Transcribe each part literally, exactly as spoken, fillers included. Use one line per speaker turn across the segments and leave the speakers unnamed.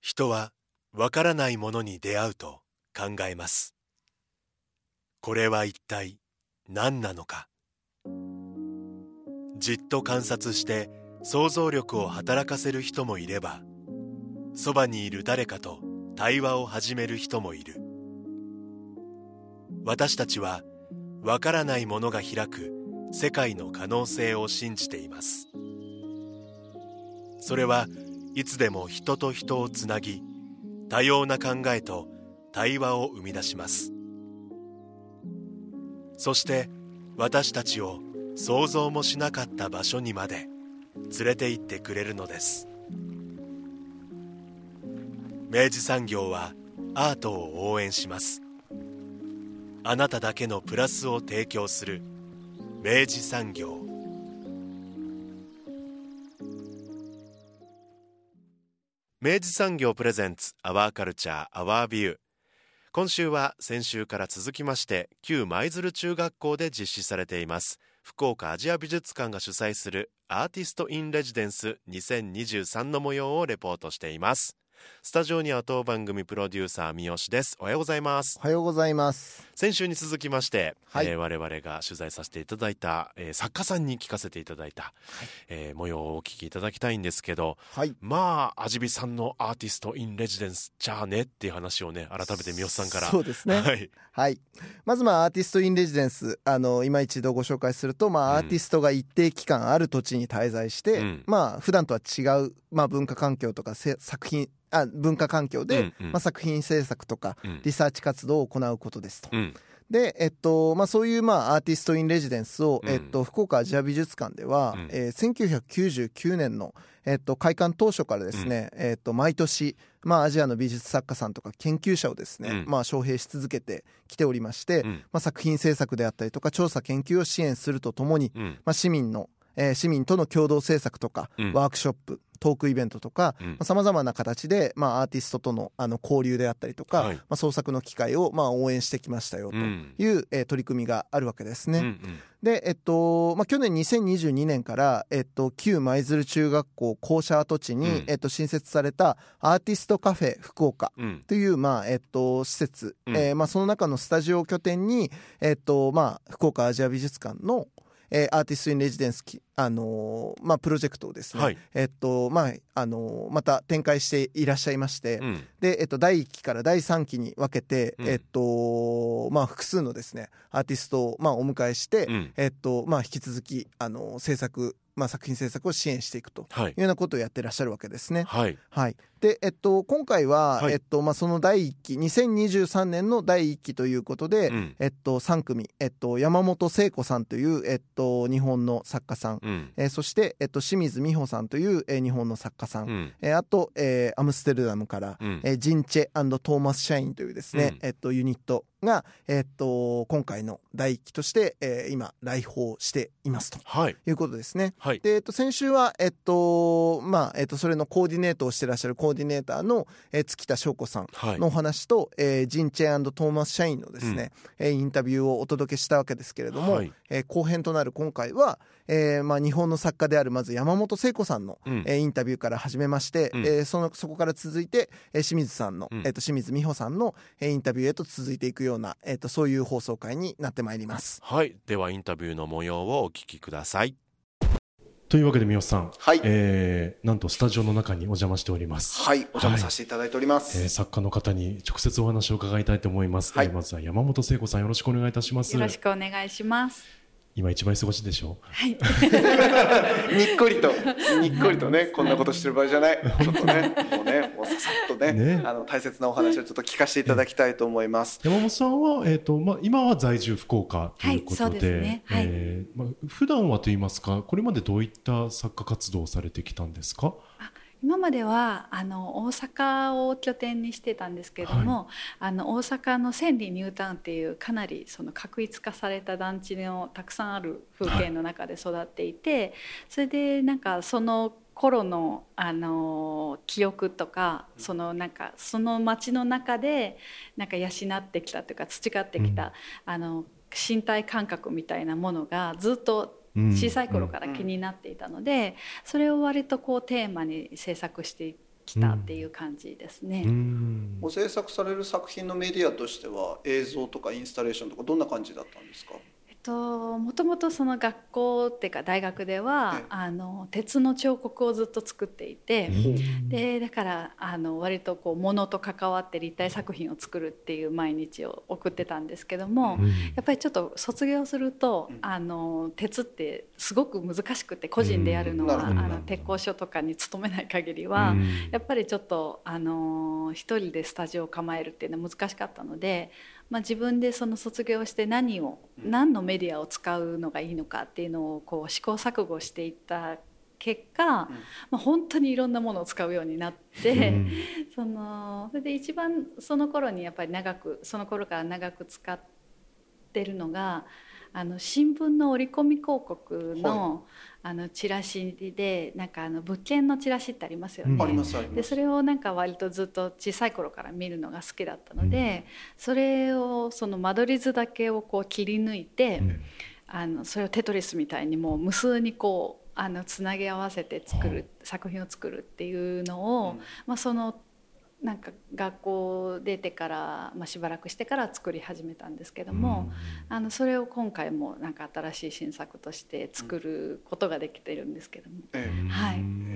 人はわからないものに出会うと考えます。これは一体何なのか。じっと観察して想像力を働かせる人もいれば、そばにいる誰かと対話を始める人もいる。私たちはわからないものが開く世界の可能性を信じています。それはいつでも人と人をつなぎ、多様な考えと対話を生み出します。そして私たちを想像もしなかった場所にまで連れて行ってくれるのです。明治産業はアートを応援します。あなただけのプラスを提供する明治産業。明治産業プレゼンツアワーカルチャーアワービュー。今週は先週から続きまして旧舞鶴中学校で実施されています福岡アジア美術館が主催するアーティストインレジデンスにせんにじゅうさんの模様をレポートしています。スタジオには当番組プロデューサー三好です。おはようございます。
おはようございます。
先週に続きまして、
はい、
えー、我々が取材させていただいた、えー、作家さんに聞かせていただいた、はい、えー、模様をお聞きいただきたいんですけど、
はい、
まあ味見さんのアーティストインレジデンスじゃあねっていう話をね、改めて三好さんから
そうですね、
はい
はい、まずまあアーティストインレジデンス、あの今一度ご紹介すると、まあ、アーティストが一定期間ある土地に滞在して、うん、まあ普段とは違う、まあ、文化環境とか作品あ文化環境で、うんうん、まあ、作品制作とか、うん、リサーチ活動を行うことですと、うん、で、えっとまあ、そういう、まあ、アーティストインレジデンスを、うん、えっと、福岡アジア美術館では、うん、えー、せんきゅうひゃくきゅうじゅうきゅうねんの、えっと、開館当初からですね、うん、えっと、毎年、まあ、アジアの美術作家さんとか研究者をですね、うん、まあ、招聘し続けてきておりまして、うん、まあ、作品制作であったりとか調査研究を支援するとともに、うん、まあ、市民のえー、市民との共同制作とか、うん、ワークショップ、トークイベントとかさまざ、まな形で、まあ、アーティストと の, あの交流であったりとか、はい、まあ、創作の機会を、まあ、応援してきましたよという、うん、えー、取り組みがあるわけですね、うんうん、で、えっとまあ、去年にせんにじゅうにねんから、えっと、旧舞鶴中学校校舎跡地に、うん、えっと、新設されたアーティストカフェ福岡という、うん、まあえっと、施設、うん、えーまあ、その中のスタジオを拠点に、えっとまあ、福岡アジア美術館のえー、アーティストインレジデンス、あのーまあ、プロジェクトをですね、はい、えっとまああのー、また展開していらっしゃいまして、うん、でえっと、だいいっきからだいさんきに分けて、うん、えっとまあ、複数のですねアーティストを、まあ、お迎えして、うん、えっとまあ、引き続き、あのー、制作まあ、作品制作を支援していくというようなことをやってらっしゃるわけですね。
はい
はい、で、えっと、今回は、はい、えっとまあ、そのだいいっきにせんにじゅうさんねんのだいいっきということで、うん、えっと、さんくみ、えっと、山本聖子さんという、えっと、日本の作家さん、うん、えー、そして、えっと、清水美穂さんという、えー、日本の作家さん、うん、えー、あと、えー、アムステルダムから、うんえー、ジンチェ&トーマス・シャインというですね、うんえっと、ユニットが、えー、っと今回のだいいっきとして、えー、今来訪していますと、はい、いうことですね、はいでえー、っと先週は、えーっとまあえー、っとそれのコーディネートをしてらっしゃるコーディネーターの、えー、月田翔子さんのお話と、はいえー、ジンチェ&トーマス・シャインのですね、うんえー、インタビューをお届けしたわけですけれども、はいえー、後編となる今回は、えーまあ、日本の作家であるまず山本聖子さんの、うんえー、インタビューから始めまして、うんえー、そのそこから続いて、えー、清水さんの、うんえー、と清水美穂さんの、えー、インタビューへと続いていくような、えー、とそういう放送回になってまいります。
はい、ではインタビューの模様をお聞きください。
というわけで三好さん、
はい
えー、なんとスタジオの中にお邪魔しております。
はい、お邪魔させていただいております、
はいえー、作家の方に直接お話を伺いたいと思います、はいえー、まずは山本聖子さんよろしくお願いいたします。
よろしくお願いします。
今一番忙しいでしょう。
はい。
にっこりとにっこりとねこんなことしてる場合じゃないちょっとねもうねもうささっと ね, ねあの大切なお話をちょっと聞かせていただきたいと思います。
山本さんは、えーとまあ、今は在住福岡ということで、はい、そうですね、はいえーまあ、普段はといいますかこれまでどういった作家活動をされてきたんですか？
あ今まではあの大阪を拠点にしてたんですけれども、はい、あの大阪の千里ニュータウンっていうかなりその画一化された団地のたくさんある風景の中で育っていて、はい、それでなんかその頃の、あの記憶とかそのなんかその街の中でなんか養ってきたというか培ってきた、うん、あの身体感覚みたいなものがずっと小さい頃から気になっていたので、それを割とこうテーマに制作してきたっていう感じですね。うん、
ご制作される作品のメディアとしては映像とかインスタレーションとかどんな感じだったんですか？
もともとその学校っていうか大学ではあの鉄の彫刻をずっと作っていて、でだからあの割とこう物と関わって立体作品を作るっていう毎日を送ってたんですけども、やっぱりちょっと卒業するとあの鉄ってすごく難しくて個人でやるのはあの鉄工所とかに勤めない限りはやっぱりちょっとあの一人でスタジオを構えるっていうのは難しかったので、まあ、自分でその卒業して何を何のメディアを使うのがいいのかっていうのをこう試行錯誤していった結果、まあ、本当にいろんなものを使うようになって、うん、そのそれで一番その頃にやっぱり長くその頃から長く使ってるのがあの新聞の折り込み広告 の,、はい、あのチラシでなんかあの物件のチラシってありますよね、うん、ありますあります。でそれをなんか割とずっと小さい頃から見るのが好きだったので、うん、それをその間取り図だけをこう切り抜いて、うん、あのそれをテトリスみたいにもう無数にこうあのつなぎ合わせて作る、作品を作るっていうのを、うんまあ、そのなんか学校出てから、まあ、しばらくしてから作り始めたんですけども、うん、あのそれを今回もなんか新しい新作として作ることができているんですけども、うんはい、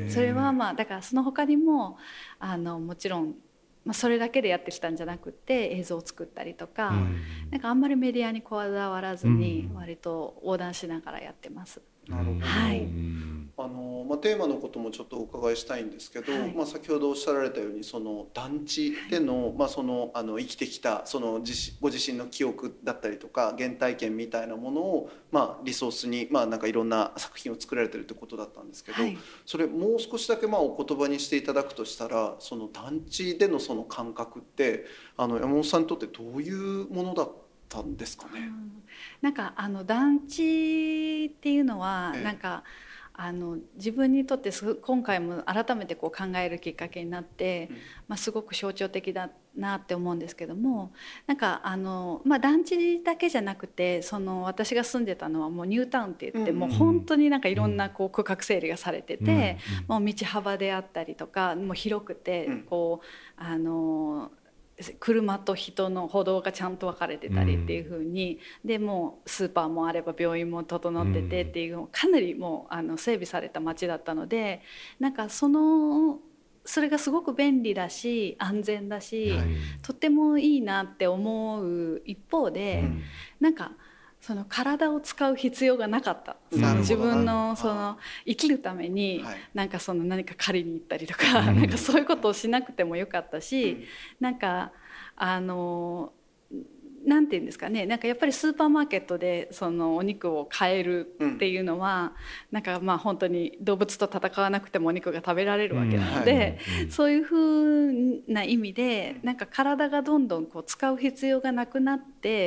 それはまあだからその他にもあのもちろん、まあ、それだけでやってきたんじゃなくて映像を作ったりとか、うん、なんかあんまりメディアにこだわらずに割と横断しながらやってます。
なるほど、
はい
あのまあ、テーマのこともちょっとお伺いしたいんですけど、はいまあ、先ほどおっしゃられたようにその団地での、はいまあ、そのあの生きてきたその自ご自身の記憶だったりとか原体験みたいなものを、まあ、リソースに、まあ、なんかいろんな作品を作られてるってことだったんですけど、はい、それもう少しだけまあお言葉にしていただくとしたらその団地でのその感覚ってあの山本さんにとってどういうものだったんですかね。うん
なんかあの団地っていうのはなんかあの自分にとってす今回も改めてこう考えるきっかけになって、まあ、すごく象徴的だなって思うんですけどもなんかあの、まあ、団地だけじゃなくてその私が住んでたのはもうニュータウンって言って、うん、もう本当になんかいろんなこう区画整理がされてて、うん、もう道幅であったりとかもう広くてこうあの車と人の歩道がちゃんと分かれてたりっていう風に、うん、でもうスーパーもあれば病院も整っててっていうかなりもうあの整備された街だったのでなんかそのそれがすごく便利だし安全だし、はい、とってもいいなって思う一方で、うん、なんかその体を使う必要がなかった、うん、自分のその生きるためになんかその何か狩りに行ったりとか、はい、なんかそういうことをしなくてもよかったし、うん、なんかあのなんていうんですかねなんかやっぱりスーパーマーケットでそのお肉を買えるっていうのは、うん、なんかまあ本当に動物と戦わなくてもお肉が食べられるわけなので、うんはいうん、そういうふうな意味でなんか体がどんどんこう使う必要がなくなって、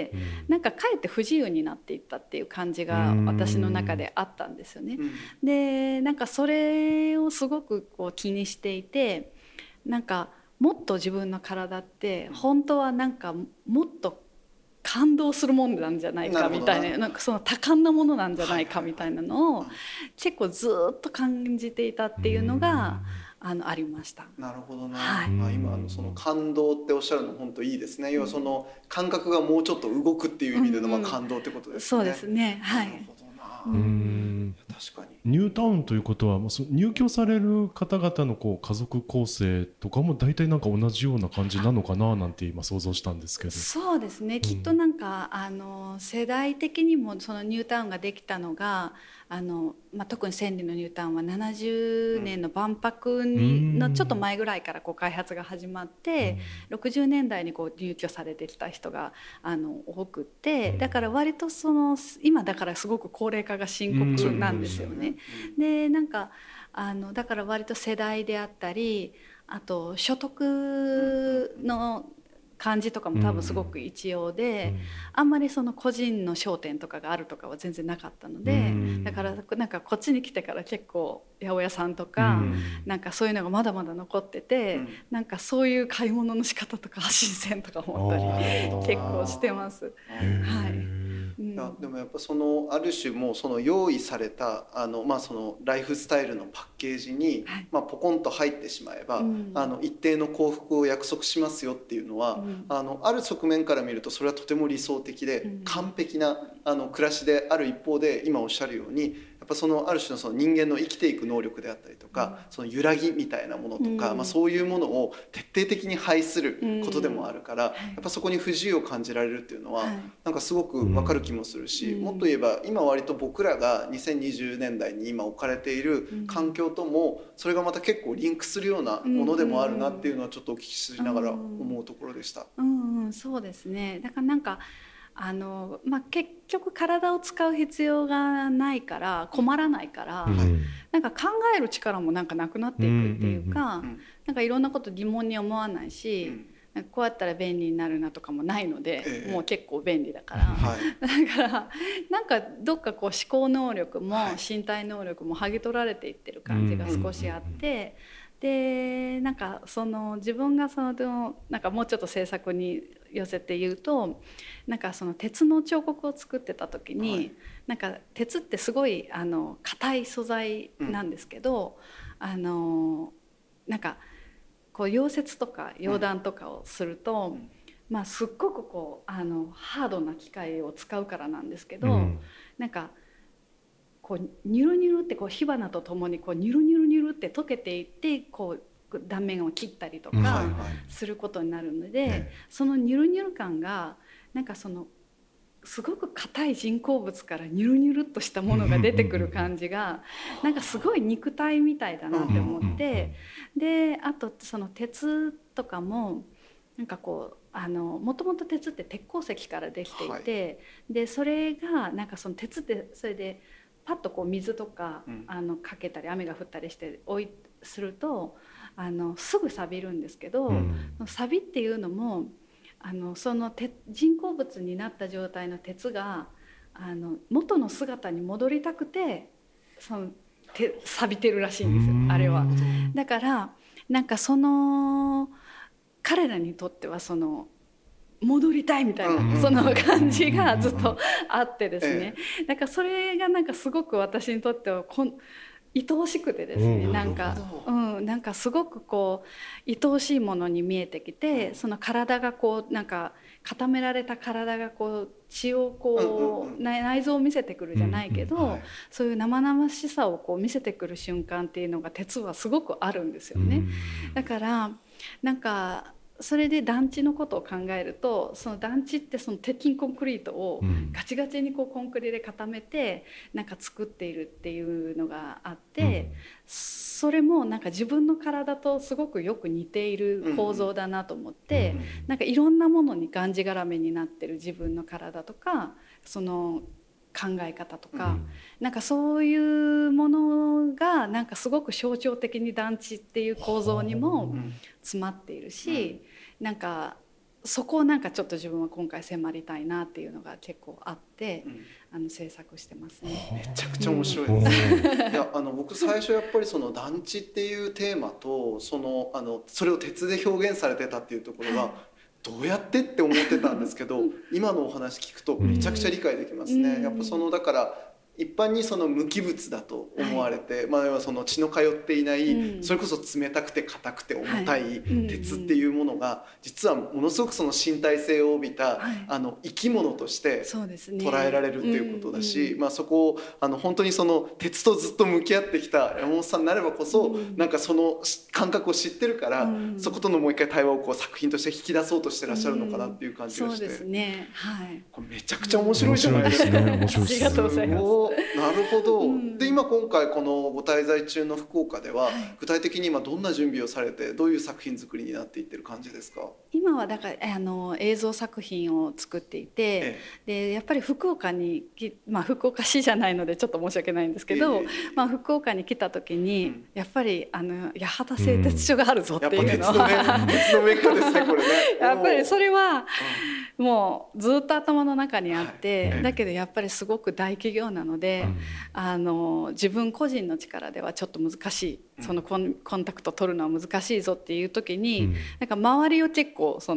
うん、なんかかえって不自由になっていったっていう感じが私の中であったんですよね。うん、でなんかそれをすごくこう気にしていてなんかもっと自分の体って本当はなんかもっと感動するもんなんじゃないかみたい な, な, なんかその多感なものなんじゃないかみたいなのを結構ずっと感じていたっていうのがあのありました。
なるほどな、はい、あ今のその感動っておっしゃるの本当いいですね。要はその感覚がもうちょっと動くっていう意味でのまあ感動ってことですね。
そうですね、はい。なるほどな、うん
確かに
ニュータウンということは入居される方々のこう家族構成とかも大体なんか同じような感じなのかななんて今想像したんですけど。
そうですね、うん、きっとなんかあの世代的にもそのニュータウンができたのがあの、まあ、特に千里のニュータウンはななじゅうねんの万博にのちょっと前ぐらいからこう開発が始まって、うん、ろくじゅうねんだいにこう入居されてきた人があの多くてだから割とその今だからすごく高齢化が深刻なんですよね。でなんかあのだから割と世代であったりあと所得の感じとかも多分すごく一様で、うん、あんまりその個人の商店とかがあるとかは全然なかったので、うん、だからなんかこっちに来てから結構八百屋さんとか、うん、なんかそういうのがまだまだ残ってて、うん、なんかそういう買い物の仕方とか新鮮とか思ったり結構してます。はい、うん
いやでもやっぱそのある種もうその用意されたあの、まあ、そのライフスタイルのパッケージに、はい、まあ、ポコンと入ってしまえば、うん、あの一定の幸福を約束しますよっていうのは、うん、あのある側面から見るとそれはとても理想的で、うん、完璧なあの暮らしである一方で、今おっしゃるようにやっぱそのある種のその人間の生きていく能力であったりとか、うん、その揺らぎみたいなものとか、うん、まあ、そういうものを徹底的に排することでもあるから、うん、やっぱそこに不自由を感じられるっていうのは、はい、なんかすごく分かる気もするし、うん、もっと言えば今割と僕らがにせんにじゅうねんだいに今置かれている環境ともそれがまた結構リンクするようなものでもあるなっていうのはちょっとお聞きしながら思うところでした。
うんうん、そうですね。だからなんかあのまあ、結局体を使う必要がないから困らないから、うん、なんか考える力もなんかなくなっていくっていうか、うんうんうん、なんかいろんなこと疑問に思わないし、うん、なんかこうやったら便利になるなとかもないので、えー、もう結構便利だから、はい、だからなんかどっかこう思考能力も身体能力も剥ぎ取られていってる感じが少しあって、でなんかその自分がそのなんかもうちょっと制作に寄せて言うと、なんかその鉄の彫刻を作ってた時に、はい、なんか鉄ってすごいあの硬い素材なんですけど、うん、あのなんかこう溶接とか溶断とかをすると、うん、まあ、すっごくこうあのハードな機械を使うからなんですけど、うん、なんかこうニュルニュルってこう火花とともにこうニュルニュルニュルって溶けていってこう断面を切ったりとかすることになるので、はいはい、そのニュルニュル感がなんかそのすごく硬い人工物からニュルニュルっとしたものが出てくる感じがなんかすごい肉体みたいだなって思って、であとその鉄とかもなんかこうあのもともと鉄って鉄鉱石からできていて、はい、でそれがなんかその鉄ってそれでパッとこう水とか、うん、あのかけたり雨が降ったりしておいするとあのすぐ錆びるんですけど、うん、錆びっていうのもあのその鉄人工物になった状態の鉄があの元の姿に戻りたくてそのて錆びてるらしいんですよ、あれは。だからなんかその彼らにとってはその戻りたいみたいな、うん、その感じがずっとあってですね、うん、だからそれがなんかすごく私にとってはこん愛おしくてですね、うん、なんか、うん、なんかすごくこう愛おしいものに見えてきて、その体がこうなんか固められた体がこう血をこう、うんうん、内臓を見せてくるじゃないけど、うんうん、はい、そういう生々しさをこう見せてくる瞬間っていうのが鉄はすごくあるんですよね、うん、だからなんかそれで団地のことを考えると、その団地ってその鉄筋コンクリートをガチガチにこうコンクリで固めてなんか作っているっていうのがあって、うん、それもなんか自分の体とすごくよく似ている構造だなと思って、うん、なんかいろんなものにがんじがらめになってる自分の体とかその考え方とか、うん、なんかそういうものがなんかすごく象徴的に団地っていう構造にも詰まっているし、うん、なんかそこをなんかちょっと自分は今回迫りたいなっていうのが結構あって、うん、あの制作してますね。
めちゃくちゃ面白いです、うん、いやあの僕最初やっぱりその団地っていうテーマとそのあのそれを鉄で表現されてたっていうところが、はい、どうやってって思ってたんですけど今のお話聞くとめちゃくちゃ理解できますね、うん、やっぱそのだから一般にその無機物だと思われて、はい、まあ、要はその血の通っていない、うん、それこそ冷たくて硬くて重たい鉄っていうものが実はものすごくその身体性を帯びた、はい、あの生き物として捉えられるっていうことだし、うん、まあ、そこをあの本当にその鉄とずっと向き合ってきた山本さんになればこそ、うん、なんかその感覚を知ってるから、うん、そことのもう一回対話をこう作品として引き出そうとしてらっしゃるのかなっていう感じがして、うん、そうですね、はい、これめちゃくちゃ面白いじゃないですか、うん、面白いですね。ありがとうございます。なるほど、うん、で今今回このご滞在中の福岡では、はい、具体的に今どんな準備をされてどういう作品作りになっていってる感じですか？
今はだからあの映像作品を作っていて、ええ、でやっぱり福岡に、まあ、福岡市じゃないのでちょっと申し訳ないんですけど、ええ、まあ、福岡に来た時に、うん、やっぱりあの八幡製鉄所があるぞっていうのは、
うん、鉄のメッカですねこれね
やっぱりそれはもうずっと頭の中にあって、はい、だけどやっぱりすごく大企業なので、うん、あの自分個人の力ではちょっと難しい、そのコン、コンタクト取るのは難しいぞっていう時に、うん、なんか周りを結構その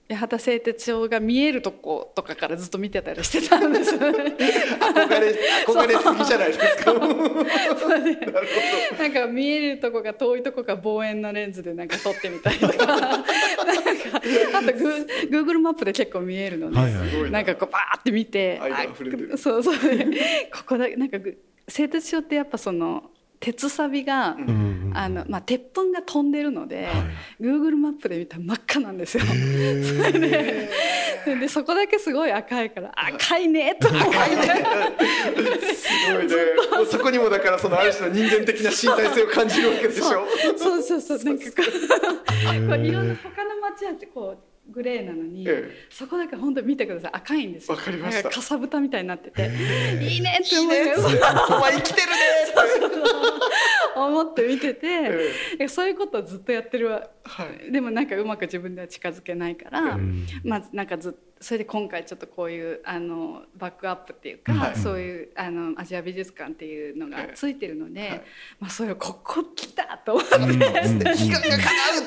八幡製鉄所が見えるとことかからずっと見てたりしてたんです
憧れ憧れすぎじゃないですか。なるほど。
なんか見えるとこが遠いとこが望遠のレンズでなんか撮ってみたりとかなんかあとグー Google マップで結構見えるので、はいはい、なんかこうバーって見てあそうそうここだなんか製鉄所ってやっぱその鉄サビが、うん、あのまあ、鉄粉が飛んでるので、はい、Google マップで見たら真っ赤なんですよ。それで、でそこだけすごい赤いから赤いねと思って赤いね
すごいね。もうそこにもだからそのある種の人間的な身体性を感じるわけでしょ。
そうそうそうなんかこうこういろんな他の街はこうグレーなのに、ええ、そこだけ本当に見てください赤いんですよ。
わかりました。
かさぶたみたいになってて、えー、いいねって思います。
お前生きてるね
って思って見てて、ええ、そういうことをずっとやってるわ、はい、でもなんかうまく自分では近づけないから、うん、まずなんかずっとそれで今回ちょっとこういうあのバックアップっていうか、はい、そういうあのアジア美術館っていうのがついてるので、はい、まあ、それをここ来たと思って、うん、悲願が叶うっつってねで、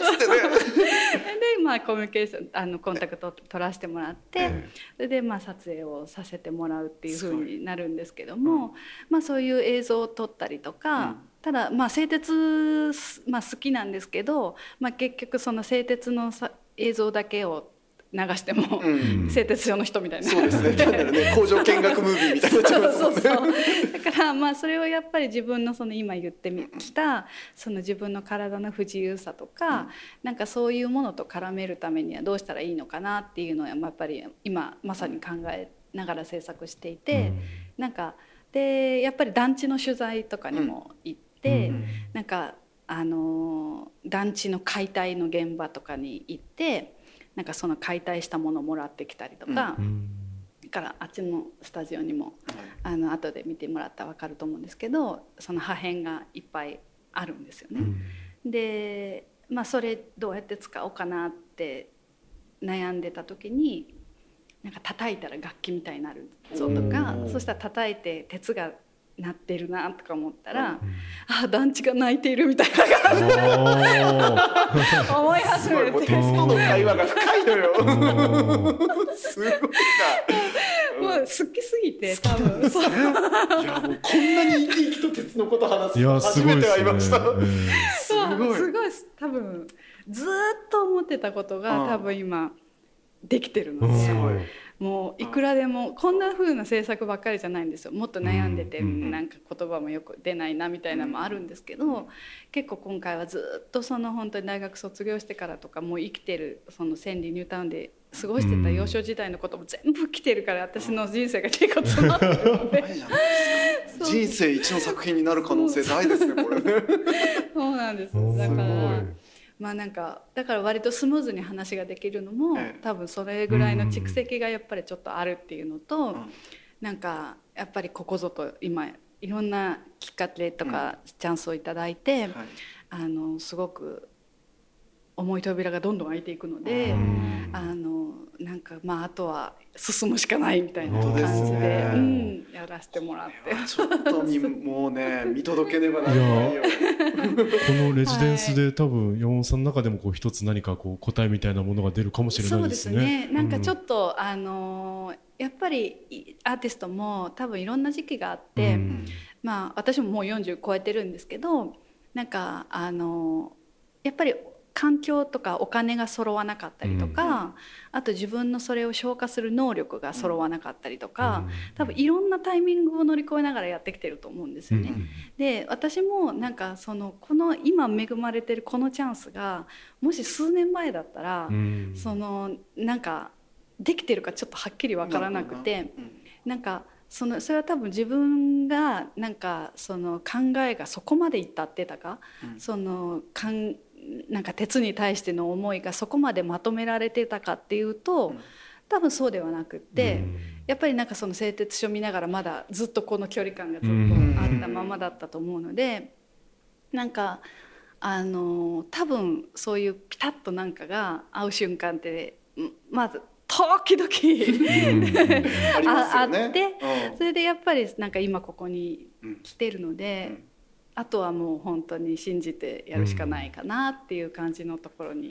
まあ、コミュニケーションあのコンタクトを取らせてもらって、うん、それでまあ撮影をさせてもらうっていう風になるんですけども、うん、まあ、そういう映像を撮ったりとか、うん、ただまあ製鉄、まあ、好きなんですけど、まあ、結局その製鉄のさ映像だけを流しても、うん、製鉄所の人みたいな、
そうですね、単なるね工場見学ムービーみたいになっちゃいますもんね。そうそう
そうだからまあそれをやっぱり自分のその今言ってきたその自分の体の不自由さとか、うん、なんかそういうものと絡めるためにはどうしたらいいのかなっていうのはやっぱり今まさに考えながら制作していて、うん、なんかでやっぱり団地の取材とかにも行って、うん、なんかあの団地の解体の現場とかに行ってなんかその解体したものをもらってきたりとか、うん、からあっちのスタジオにも、はい、あの後で見てもらったら分かると思うんですけどその破片がいっぱいあるんですよね。うん、で、まあ、それどうやって使おうかなって悩んでた時になんか叩いたら楽器みたいになるぞとかそしたら叩いて鉄がなってるなとか思ったら、うん、あ団地が泣いているみたいな感じで思い始めて
鉄との会話が深いのよすごいな
もう好きすぎて多分
いやもうこんなに生き生きと鉄のこと話すの初めて会いました。
すごいすごい多分ずっと思ってたことが多分今できてるのでもういくらでもこんな風な制作ばっかりじゃないんですよ。もっと悩んでてなんか言葉もよく出ないなみたいなのもあるんですけど結構今回はずっとその本当に大学卒業してからとかもう生きてるその千里ニュータウンで過ごしてた幼少時代のことも全部来てるから私の人生が結構詰まってるので
人生一の作品になる可能性大ですねこれね
そうなんです。だからまあなんかだから割とスムーズに話ができるのも、ええ、多分それぐらいの蓄積がやっぱりちょっとあるっていうのと、うん、なんかやっぱりここぞと今いろんなきっかけとかチャンスをいただいて、うん、あのすごく重い扉がどんどん開いていくので、うん、あのなんかまああとは進むしかないみたいな感じで、ねうん、やらせてもらって
ちょっともうね見届けねばならないよ
このレジデンスで多分山本さんの中でもこう一つ何かこう答えみたいなものが出るかもしれないですね。
そうですね。なんかちょっと、うん、あのやっぱりアーティストも多分いろんな時期があって、うん、まあ私ももうよんじゅう超えてるんですけどなんかあのやっぱり環境とかお金が揃わなかったりとか、うん、あと自分のそれを消化する能力が揃わなかったりとか、うん、多分いろんなタイミングを乗り越えながらやってきてると思うんですよね。うん、で私もなんかそのこの今恵まれてるこのチャンスがもし数年前だったら、うん、そのなんかできてるかちょっとはっきり分からなくて、うん、なんかそのそれは多分自分がなんかその考えがそこまで至ってたか、うん、そのかんなんか鉄に対しての思いがそこまでまとめられてたかっていうと、うん、多分そうではなくって、うん、やっぱりなんかその製鉄所見ながらまだずっとこの距離感がずっとあったままだったと思うので、うん、なんかあの多分そういうピタッとなんかが合う瞬間ってまず時々あって、それでやっぱりなんか今ここに来てるので、うん、あとはもう本当に信じてやるしかないかなっていう感じのところに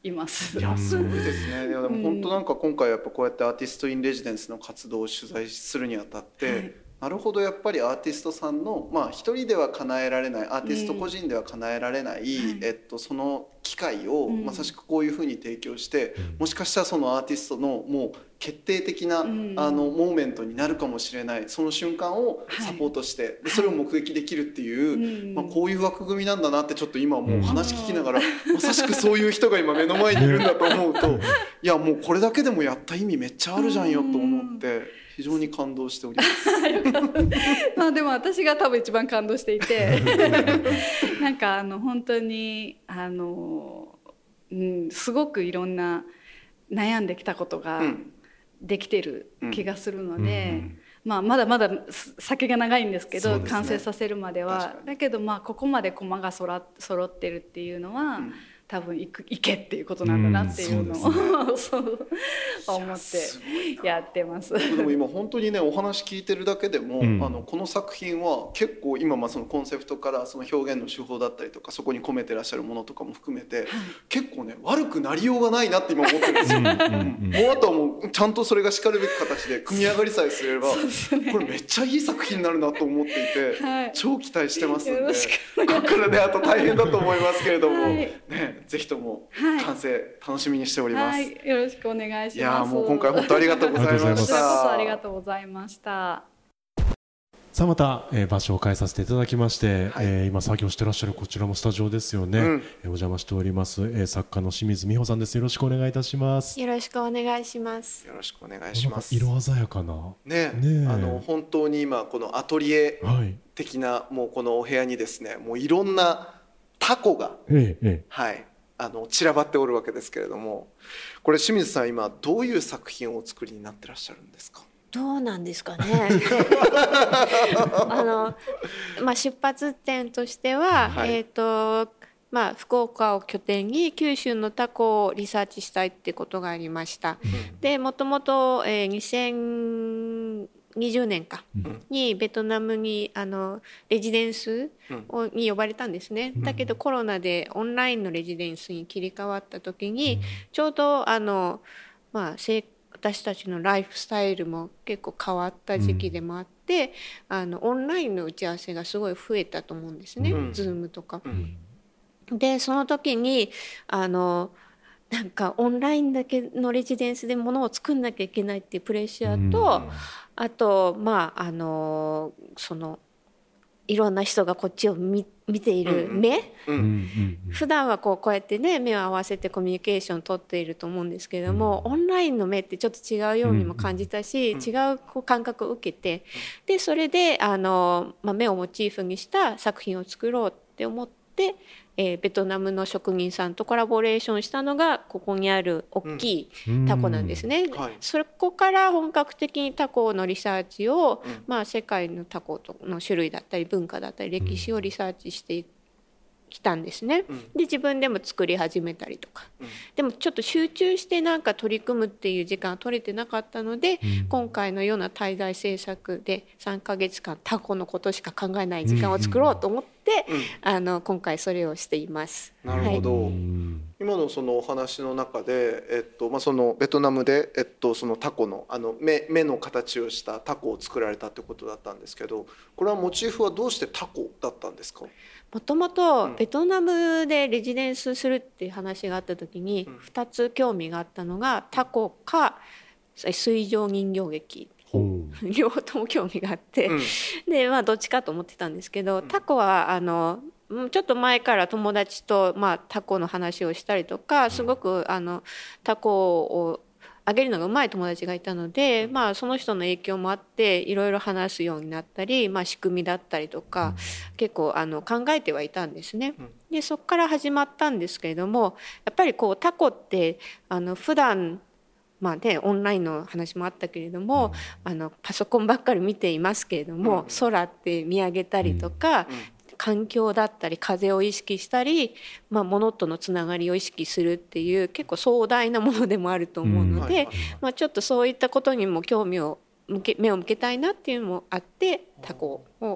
います。
いやすごいですね。いやでも本当なんか今回やっぱこうやってアーティストインレジデンスの活動を取材するにあたって、はい、なるほどやっぱりアーティストさんのまあ一人では叶えられないアーティスト個人では叶えられない、うん、えっとその機会をまさしくこういうふうに提供して、うん、もしかしたらそのアーティストのもう決定的な、うん、あのモーメントになるかもしれないその瞬間をサポートして、はい、でそれを目撃できるっていう、はい、まあ、こういう枠組みなんだなってちょっと今もう話聞きながら、うん、まさしくそういう人が今目の前にいるんだと思うといやもうこれだけでもやった意味めっちゃあるじゃんよと思って非常に感動しております
まあでも私が多分一番感動していてなんかあの本当にあの、うん、すごくいろんな悩んできたことが、うんできてる気がするので、うんうんまあ、まだまだ先が長いんですけど、ね、完成させるまではだけどまあここまで駒がそら揃ってるっていうのは、うん、多分行く行けっていうことなんだなっていうのを、うん、そう思ってやってます。
でも今本当にねお話聞いてるだけでも、うん、あのこの作品は結構今まあそのコンセプトからその表現の手法だったりとかそこに込めてらっしゃるものとかも含めて、はい、結構ね悪くなりようがないなって今思ってるんですよ。うんうんうん、もうあとはもうちゃんとそれがしかるべき形で組み上がりさえすればね、これめっちゃいい作品になるなと思っていて、はい、超期待してますんでここからねあと大変だと思いますけれども、はい、ねぜひとも完成楽しみにしております。
はいはい、よろしくお願いします。
いやもう今回本当ありがとうございました。こちらこ
そありがとうございました。
さあまた、えー、場所を変えさせていただきまして、はいえー、今作業してらっしゃるこちらもスタジオですよね、うん、えー、お邪魔しております、えー、作家の清水美穂さんです。よろしくお願いいたします。
よろしくお願いします。
よろしくお願いします。
色鮮やかな
ね、ねあの本当に今このアトリエ的な、はい、もうこのお部屋にですねもういろんなタコが、ええはい、あの散らばっておるわけですけれども、これ清水さん今どういう作品をお作りになってらっしゃるんですか？
どうなんですかねあの、まあ、出発点としては、はいえーとまあ、福岡を拠点に九州のタコをリサーチしたいってことがありました、うん、でもともと、えー、にせんにじゅうねんか、うん、にベトナムにあのレジデンスをに呼ばれたんですね、うん、だけどコロナでオンラインのレジデンスに切り替わった時に、うん、ちょうどあの、まあ、生活私たちのライフスタイルも結構変わった時期でもあって、うん、あのオンラインの打ち合わせがすごい増えたと思うんですね、うん、Zoom とか、うん、でその時にあのなんかオンラインだけのレジデンスで物を作んなきゃいけないっていうプレッシャーと、うん、あとまああのそのいろんな人がこっちを 見, 見ている目、うんうん、普段はこうこうやってね目を合わせてコミュニケーションを取っていると思うんですけれども、うん、オンラインの目ってちょっと違うようにも感じたし、うん、違うこう感覚を受けて、でそれであの、まあ、目をモチーフにした作品を作ろうって思って、えー、ベトナムの職人さんとコラボレーションしたのがここにある大きいタコなんですね、うんはい、そこから本格的にタコのリサーチを、うんまあ、世界のタコの種類だったり文化だったり歴史をリサーチしてきたんですね、うん、で自分でも作り始めたりとか、うん、でもちょっと集中してなんか取り組むっていう時間は取れてなかったので、うん、今回のような滞在制作でさんかげつかんタコのことしか考えない時間を作ろうと思って、うんうん、あの今回それをしています。
なるほど、はい、今のそのお話の中で、えっとまあ、そのベトナムで、えっと、そのタコの、あの 目, 目の形をしたタコを作られたってことだったんですけど、これはモチーフはどうしてタコだったんですか？
もともとベトナムでレジデンスするっていう話があった時にふたつ興味があったのがタコか水上人形劇、両方とも興味があって、うん、でまあどっちかと思ってたんですけど、タコはあのちょっと前から友達と、まあ、タコの話をしたりとか、すごくあのタコをあげるのがうまい友達がいたので、まあ、その人の影響もあっていろいろ話すようになったり、まあ、仕組みだったりとか、うん、結構あの考えてはいたんですね。でそこから始まったんですけれども、やっぱりこうタコってあの普段まあね、オンラインの話もあったけれども、うん、あのパソコンばっかり見ていますけれども、うん、空って見上げたりとか、うん、環境だったり風を意識したり、まあ、物とのつながりを意識するっていう結構壮大なものでもあると思うので、うんまあ、ちょっとそういったことにも興味を向け目を向けたいなっていうのもあってタコを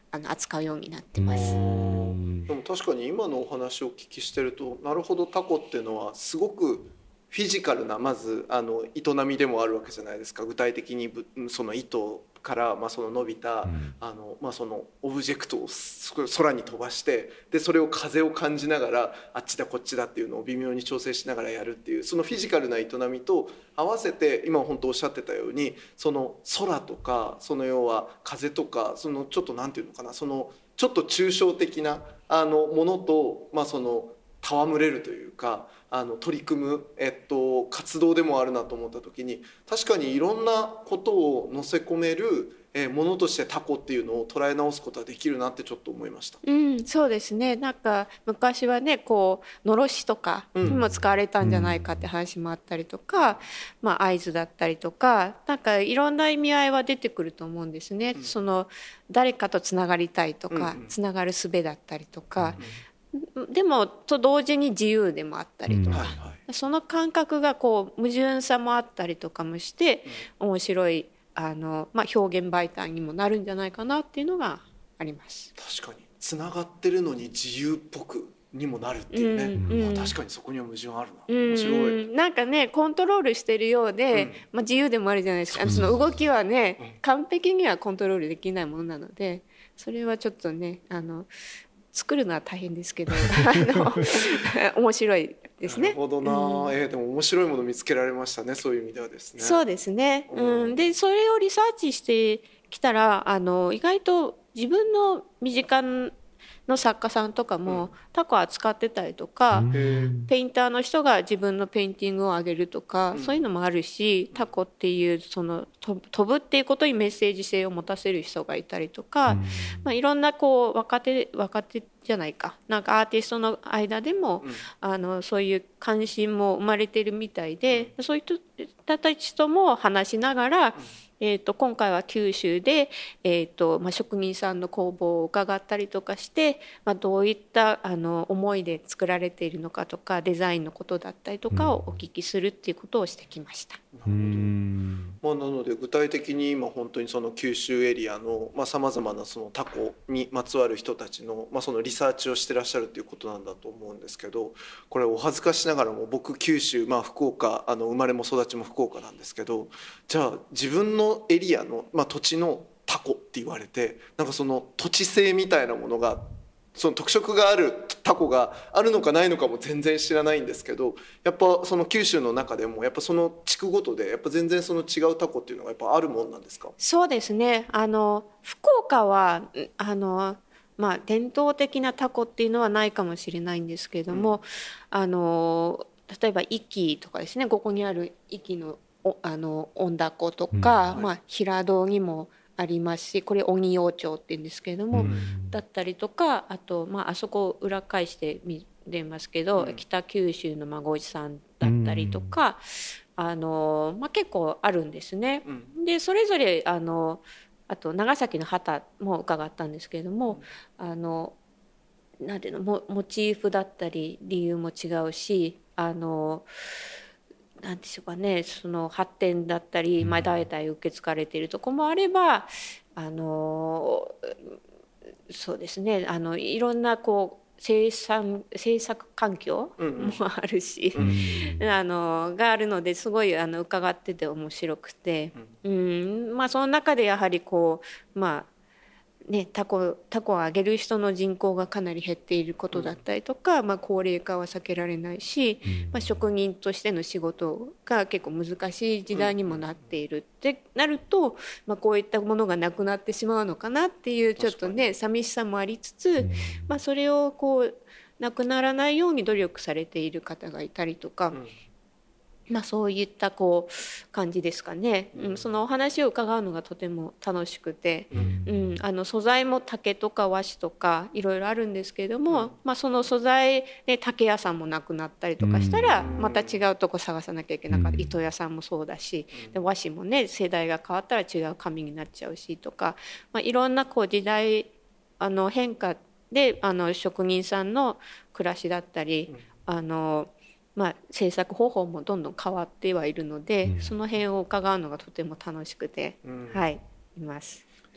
あの扱うようになってます。
でも確かに今のお話をお聞きしてると、なるほど、タコっていうのはすごくフィジカルなまずあの営みでもあるわけじゃないですか。具体的にその糸から、まあ、その伸びた、うん、あのまあ、そのオブジェクトを空に飛ばして、でそれを風を感じながらあっちだこっちだっていうのを微妙に調整しながらやるっていう、そのフィジカルな営みと合わせて今本当おっしゃってたように、その空とかその要は風とか、そのちょっとなんていうのかな、そのちょっと抽象的なあのものと、まあ、その戯れるというか、あの取り組む、えっと、活動でもあるなと思った時に、確かにいろんなことを乗せ込める、えー、ものとしてタコっていうのを捉え直すことはできるなってちょっと思いました。
うん、そうですね。なんか昔はね、こうのろしとかにも使われたんじゃないかって話もあったりとか、うん、まあ、合図だったりとか、なんかいろんな意味合いは出てくると思うんですね。うん、その誰かとつながりたいとか、うんうん、つながる術だったりとか、うんうん、でもと同時に自由でもあったりとか、うん、はいはい、その感覚がこう矛盾さもあったりとかもして、うん、面白いあの、まあ、表現媒体にもなるんじゃないかなっていうのがあります。
確かにつながってるのに自由っぽくにもなるっていうね、うんうん、確かにそこには矛盾あるな、面白い、
うん、なんかねコントロールしてるようで、うん、まあ、自由でもあるじゃないですか。その動きはね、うん、完璧にはコントロールできないものなので、それはちょっとね、あの作るのは大変ですけどあの面白いですね。
なるほどな、うん、えー、でも面白いもの見つけられましたね、そういう意味ではですね。
そうですね、うん、でそれをリサーチしてきたら、あの意外と自分の身近の作家さんとかもタコ扱ってたりとか、うん、ペインターの人が自分のペインティングを上げるとか、うん、そういうのもあるし、タコっていうその飛ぶっていうことにメッセージ性を持たせる人がいたりとか、うん、まあ、いろんなこう若手若手じゃないかなんかアーティストの間でも、うん、あのそういう関心も生まれてるみたいで、そういう人たちとも話しながら、うん、えー、と今回は九州で、えーとまあ、職人さんの工房を伺ったりとかして、まあ、どういったあの思いで作られているのかとか、デザインのことだったりとかをお聞きするっていうことをしてきました。
うん、まあ、なので具体的に今本当にその九州エリアのさまざ、まなそのタコにまつわる人たちの、まあ、そのリサーチをしてらっしゃるということなんだと思うんですけど、これお恥ずかしながらも僕九州、まあ、福岡あの生まれも育ちも福岡なんですけど、じゃあ自分のエリアの、まあ、土地のタコって言われて、なんかその土地性みたいなものが、その特色があるタコがあるのかないのかも全然知らないんですけど、やっぱその九州の中でもやっぱその地区ごとでやっぱ全然その違うタコっていうのがやっぱあるもんなんですか？
そうですね、あの福岡はあの、まあ、伝統的なタコっていうのはないかもしれないんですけれども、うん、あの例えば壱岐とかですね、ここにある壱岐のあの温ダコとか、うん、はい、まあ、平戸にもありますし、これ鬼陽町って言うんですけれども、うん、だったりとか、あと、まあ、あそこ裏返して見れますけど、うん、北九州の孫さんだったりとか、うん、あのまあ、結構あるんですね、うん、でそれぞれあのあと長崎の旗も伺ったんですけれども、うん、あのなんていうの、モ、モチーフだったり理由も違うし、あのなんでしょうかね、その発展だったり、まあ、代々受け継がれているところもあれば、あのそうですね、あのいろんなこう生産制作環境もあるし、うん、あのがあるので、すごいあの伺ってて面白くて、うん、まあ、その中でやはりこう、まあね、タコ、タコをあげる人の人口がかなり減っていることだったりとか、うん、まあ、高齢化は避けられないし、うん、まあ、職人としての仕事が結構難しい時代にもなっているってなると、まあ、こういったものがなくなってしまうのかなっていうちょっとね寂しさもありつつ、まあ、それをこうなくならないように努力されている方がいたりとか、うん、まあ、そういったこう感じですかね、うん、そのお話を伺うのがとても楽しくて、うんうん、あの素材も竹とか和紙とかいろいろあるんですけれども、うん、まあ、その素材で竹屋さんもなくなったりとかしたらまた違うとこ探さなきゃいけなかった、糸屋さんもそうだし、で和紙もね世代が変わったら違う紙になっちゃうしとか、まあ、いろんなこう時代あの変化であの職人さんの暮らしだったり、あのまあ、制作方法もどんどん変わってはいるので、うん、その辺を伺うのがとても楽しくて、うん、はい、います。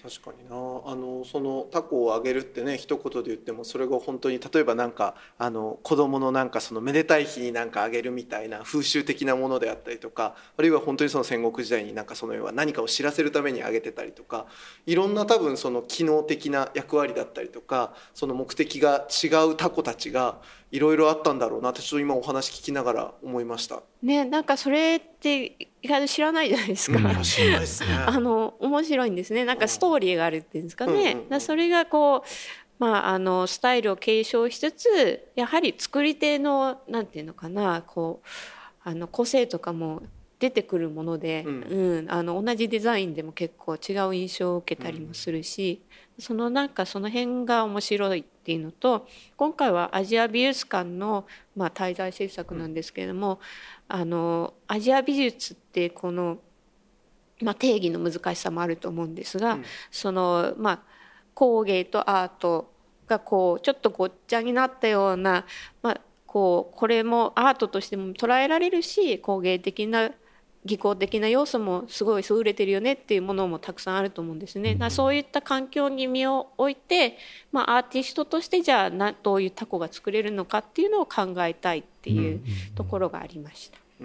確かにな。あのそのタコをあげるってね一言で言ってもそれが本当に例えばなんかあの子供のなんかそのめでたい日になんかあげるみたいな風習的なものであったりとか、あるいは本当にその戦国時代になんかその要は何かを知らせるためにあげてたりとか、いろんな多分その機能的な役割だったりとかその目的が違うタコたちがいろいろあったんだろうなってちょっと今お話聞きながら思いました
ね。なんかそれって意外と知らないじゃないですか、
うん、知らないですね。
あの面白いんですね。なんかストーリーがあるっていうんですかね、うんうんうん、だそれがこう、まあ、あのスタイルを継承しつつやはり作り手のなんていうのかなこうあの個性とかも出てくるもので、うんうん、あの同じデザインでも結構違う印象を受けたりもするし、うん、そのなんかその辺が面白いっていうのと、今回はアジア美術館の、まあ、滞在制作なんですけれども、うん、あのアジア美術ってこの、まあ、定義の難しさもあると思うんですが、うん、そのまあ工芸とアートがこうちょっとごっちゃになったような、まあ、こうこれもアートとしても捉えられるし工芸的な技巧的な要素もすごい優れてるよねっていうものもたくさんあると思うんですね。だからそういった環境に身を置いて、まあ、アーティストとしてじゃあなどういうタコが作れるのかっていうのを考えたいっていうところがありました。
うん、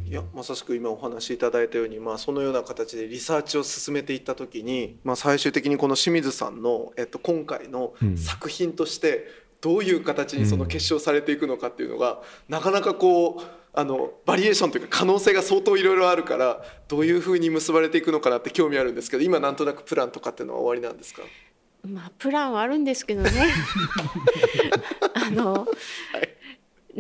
いやまさしく今お話しいただいたように、まあ、そのような形でリサーチを進めていった時に、まあ、最終的にこの清水さんの、えっと、今回の作品としてどういう形にその結晶されていくのかっていうのが、なかなかこうあのバリエーションというか可能性が相当いろいろあるから、どういうふうに結ばれていくのかなって興味あるんですけど、今なんとなくプランとかっていうのは終わりなんですか？
まあプランはあるんですけどねあの、はい、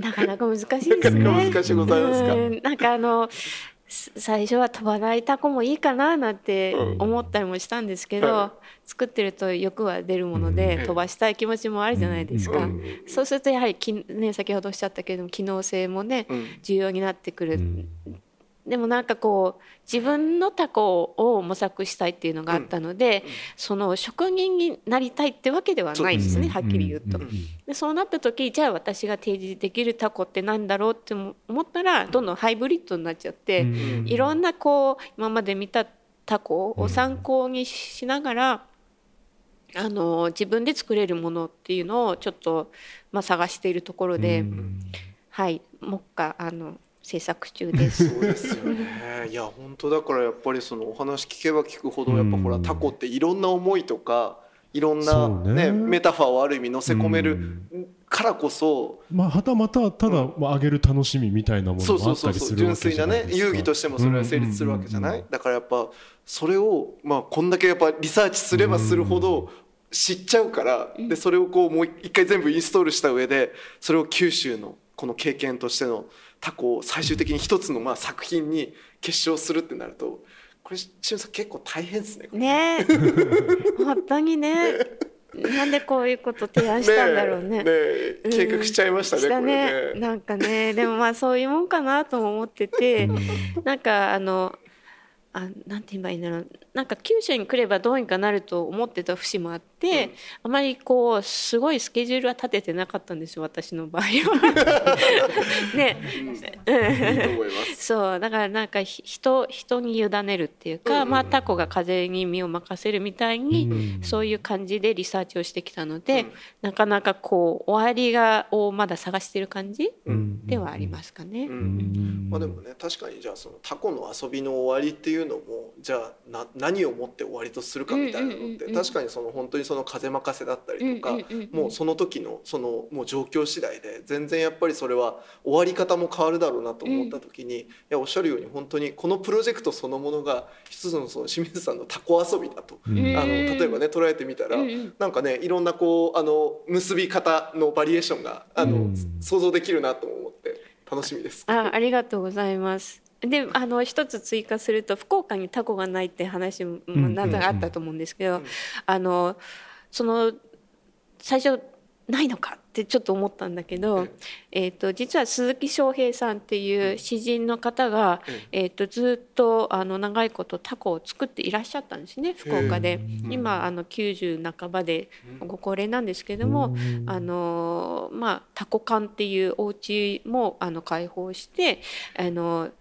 なかなか難しいですね。
なかなか難しいございますか？
なんかあの最初は飛ばないタコもいいかななんて思ったりもしたんですけど、うんはい、作ってると欲は出るもので、うん、飛ばしたい気持ちもあるじゃないですか、うん、そうするとやはりき、ね、先ほどおっしゃったけれども機能性もね、うん、重要になってくる、うん、でもなんかこう自分のタコを模索したいっていうのがあったので、うん、その職人になりたいってわけではないんですね、はっきり言うと、うん、でそうなった時じゃあ私が提示できるタコってなんだろうって思ったらどんどんハイブリッドになっちゃって、うん、いろんなこう今まで見たタコを参考にしながら、あの自分で作れるものっていうのをちょっと、まあ、探しているところで、うん、はい目下あの制作中です。
そうですよね。いや本当だからやっぱりそのお話聞けば聞くほどやっぱほらタコっていろんな思いとかいろんな、ね、メタファーをある意味乗せ込めるからこそ、
まあ、はたまたただ上げる楽しみみたいなものもあったりするわけじゃないですか。
純粋なね遊戯としてもそれは成立するわけじゃない。だからやっぱそれを、まあ、こんだけやっぱリサーチすればするほど知っちゃうから、でそれをこうもう一回全部インストールした上でそれを九州のこの経験としてのタコを最終的に一つのまあ作品に結晶するってなると、これしゅんさん結構大変ですね。
ね本当にねなんでこういうこと提案したんだろうね。ね
え、ねえ計画しちゃいましたね、うん、これね。
なんかねでもまあそういうもんかなとも思っててなんかあのあなんて言えばいいんだろう、なんか九州に来ればどうにかなると思ってた節もあって、うん、あまりこうすごいスケジュールは立ててなかったんですよ私の場合はね、うん、いいと思います。そうだからなんか人人に委ねるっていうか、うん、まあタコが風に身を任せるみたいに、うん、そういう感じでリサーチをしてきたので、うん、なかなかこう終わりがをまだ探してる感じ、うん、ではありますかね、うん
うんまあ、でもね確かにじゃあそのタコの遊びの終わりっていうのもじゃあな何をもって終わりとするかみたいなのって、うんうんうんうん、確かにその本当にその風任せだったりとか、うんうんうんうん、もうその時のそのもう状況次第で全然やっぱりそれは終わり方も変わるだろうなと思った時に、うん、いやおっしゃるように本当にこのプロジェクトそのものが一つのその清水さんのタコ遊びだと、うん、あの例えばね捉えてみたら、うん、なんかねいろんなこうあの結び方のバリエーションがあの、うん、想像できるなと思って楽しみです。
あ、ありがとうございます。であの一つ追加すると福岡にタコがないって話も何かあったと思うんですけど、うんうんうん、あのその最初ないのかってちょっと思ったんだけど、うん、えー、と実は鈴木翔平さんっていう詩人の方が、うんえー、とずっとあの長いことタコを作っていらっしゃったんですね福岡で。今あのきゅうじゅう半ばでご高齢なんですけども、あの、まあ、タコ館っていうお家もあの開放してあの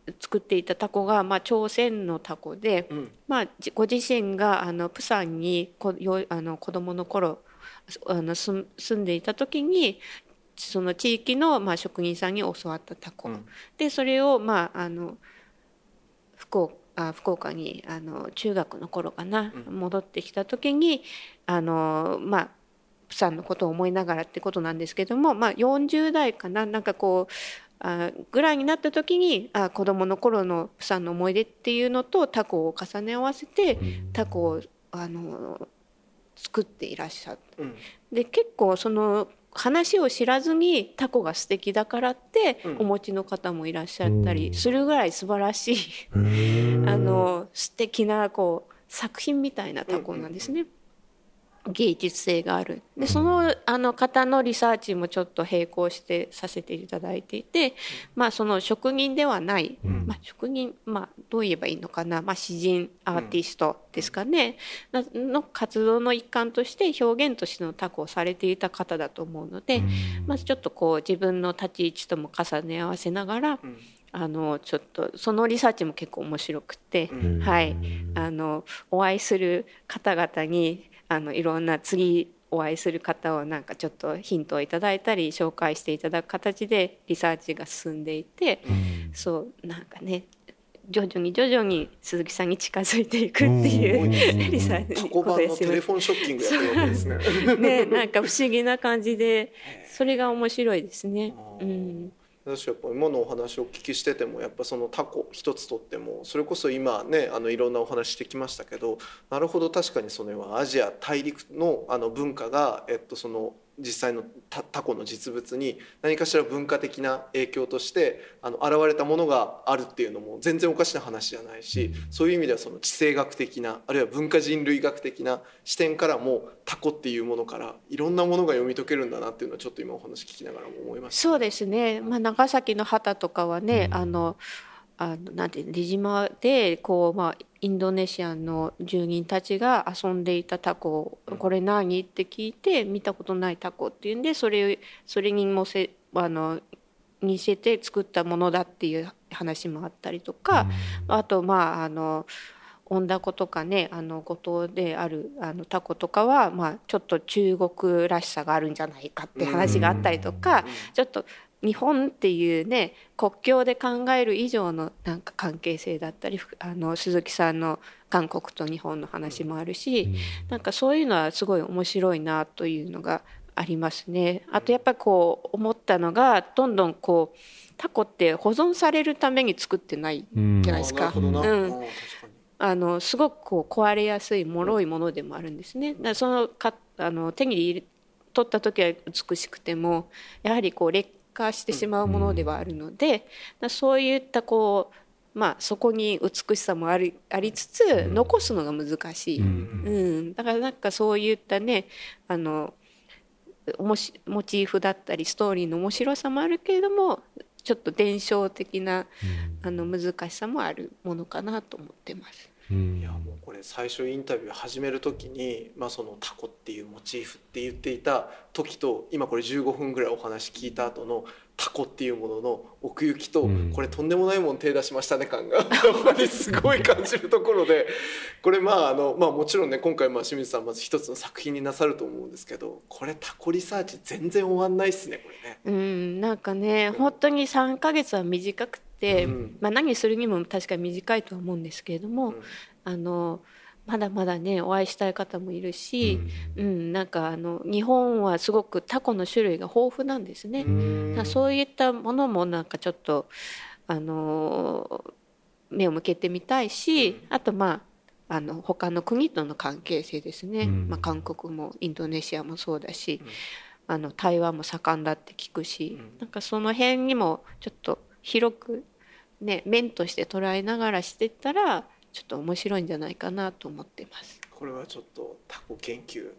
作っていたタコが、まあ、朝鮮のタコで、うん、まあ、ご自身があのプサンにこよあの子供の頃あの住んでいた時にその地域の、まあ、職人さんに教わったタコ、うん、でそれを、まあ、あの福岡あ福岡にあの中学の頃かな、うん、戻ってきた時にあの、まあ、プサンのことを思いながらってことなんですけども、まあ、よんじゅう代かな、なんかこうあぐらいになった時にあ子供の頃のプサンの思い出っていうのとタコを重ね合わせてタコをあの作っていらっしゃって、うん、で結構その話を知らずにタコが素敵だからってお持ちの方もいらっしゃったりするぐらい素晴らしいあの素敵なこう作品みたいなタコなんですね。芸術性がある。でその、あの方のリサーチもちょっと並行してさせていただいていて、まあ、その職人ではない、まあ、職人、まあ、どう言えばいいのかな、まあ、詩人アーティストですかね、の活動の一環として表現としてのタコをされていた方だと思うので、まずちょっとこう自分の立ち位置とも重ね合わせながら、あのちょっとそのリサーチも結構面白くて、はい、あのお会いする方々にあのいろんな次お会いする方をなんかちょっとヒントをいただいたり紹介していただく形でリサーチが進んでいて、うん、そうなんかね徐々に徐々に鈴木さんに近づいていくっていうリサーチ
タコ版のテレフォンショッキングやってるわけですね。
ね、なんか不思議な感じでそれが面白いですね。うん、
私やっぱ今のお話をお聞きしててもやっぱそのタコ一つとってもそれこそ今ねあのいろんなお話してきましたけど、なるほど確かにそのアジア大陸のあの文化がえっとその実際のタコの実物に何かしら文化的な影響としてあの現れたものがあるっていうのも全然おかしな話じゃないし、そういう意味ではその地政学的なあるいは文化人類学的な視点からもタコっていうものからいろんなものが読み解けるんだなっていうのはちょっと今お話聞きながらも思いました。
そうですね、まあ、長崎の旗とかはね、あのあのなんて出島でこう、まあ、インドネシアの住人たちが遊んでいたタコ、これ何って聞いて見たことないタコっていうんでそれそれにもせあの似せて作ったものだっていう話もあったりとか、あとまああの温ダコとかねあの五島であるあのタコとかは、まあ、ちょっと中国らしさがあるんじゃないかって話があったりとか、ちょっと日本っていうね国境で考える以上のなんか関係性だったり、あの鈴木さんの韓国と日本の話もあるし、なんかそういうのはすごい面白いなというのがありますね。あとやっぱりこう思ったのがどんどんこうタコって保存されるために作ってないじゃないですか。うんうんあのすごくこう壊れやすい脆いものでもあるんですね。だからそのかあの手に入れ取った時は美しくてもやはりこう劣化してしまうものではあるので、だそういったこう、まあ、そこに美しさもあり、ありつつ残すのが難しい、うんうん、だからなんかそういったねあのモチーフだったりストーリーの面白さもあるけれどもちょっと伝承的なあの難しさもあるものかなと思ってます。
いやもうこれ最初インタビュー始める時に、まあ、そのタコっていうモチーフって言っていた時と今これじゅうごふんぐらいお話聞いた後のタコっていうものの奥行きと、これとんでもないもん手出しましたね感がやっぱりすごい感じるところで、これまああの、まあ、もちろんね今回まあ清水さんまず一つの作品になさると思うんですけど、これタコリサーチ全然終わんないっすねこれね。
うんなんかね、うん、本当にさんかげつは短くて、うんまあ、何するにも確かに短いとは思うんですけれども、うん、あのまだまだねお会いしたい方もいるし、うんうん、なんかあの日本はすごくタコの種類が豊富なんですね。うんそういったものもなんかちょっとあの目を向けてみたいし、うん、あとまああの他の国との関係性ですね、うんまあ、韓国もインドネシアもそうだし、うん、あの台湾も盛んだって聞くし、うん、なんかその辺にもちょっと広く、ね、面として捉えながらしていったらちょっと面白いんじゃないかなと思ってます。
これはちょっとタコ研究いや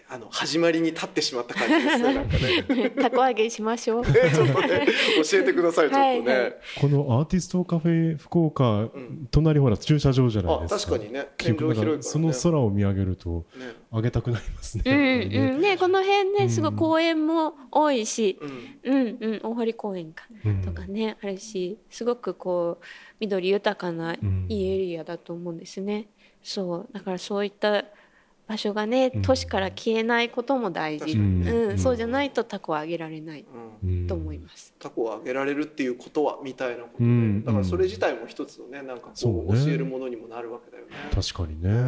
あの始まりに立ってしまった感じですね。なんかね
たこ揚げしましょう。
ちょっとね教えてくださいちょっとね。はいはい、
このアーティストカフェ福岡、うん、隣ほら駐車場じゃないですか。
あ確かにね天井広いからね。
その空を見上げると上げたくなりますね。
うんうんねこの辺ねすごい公園も多いし、うんうんうん大堀公園か、うん、とかねあるしすごくこう緑豊かないいエリアだと思うんですね。そうだからそういった場所がね都市から消えないことも大事、うんうん、そうじゃないとタコをあげられないと思います、
うん、タコをあげられるっていうことはみたいなことで、うん、だからそれ自体も一つのねなんかこう教えるものにもなるわけだよね。
確かにね、うん、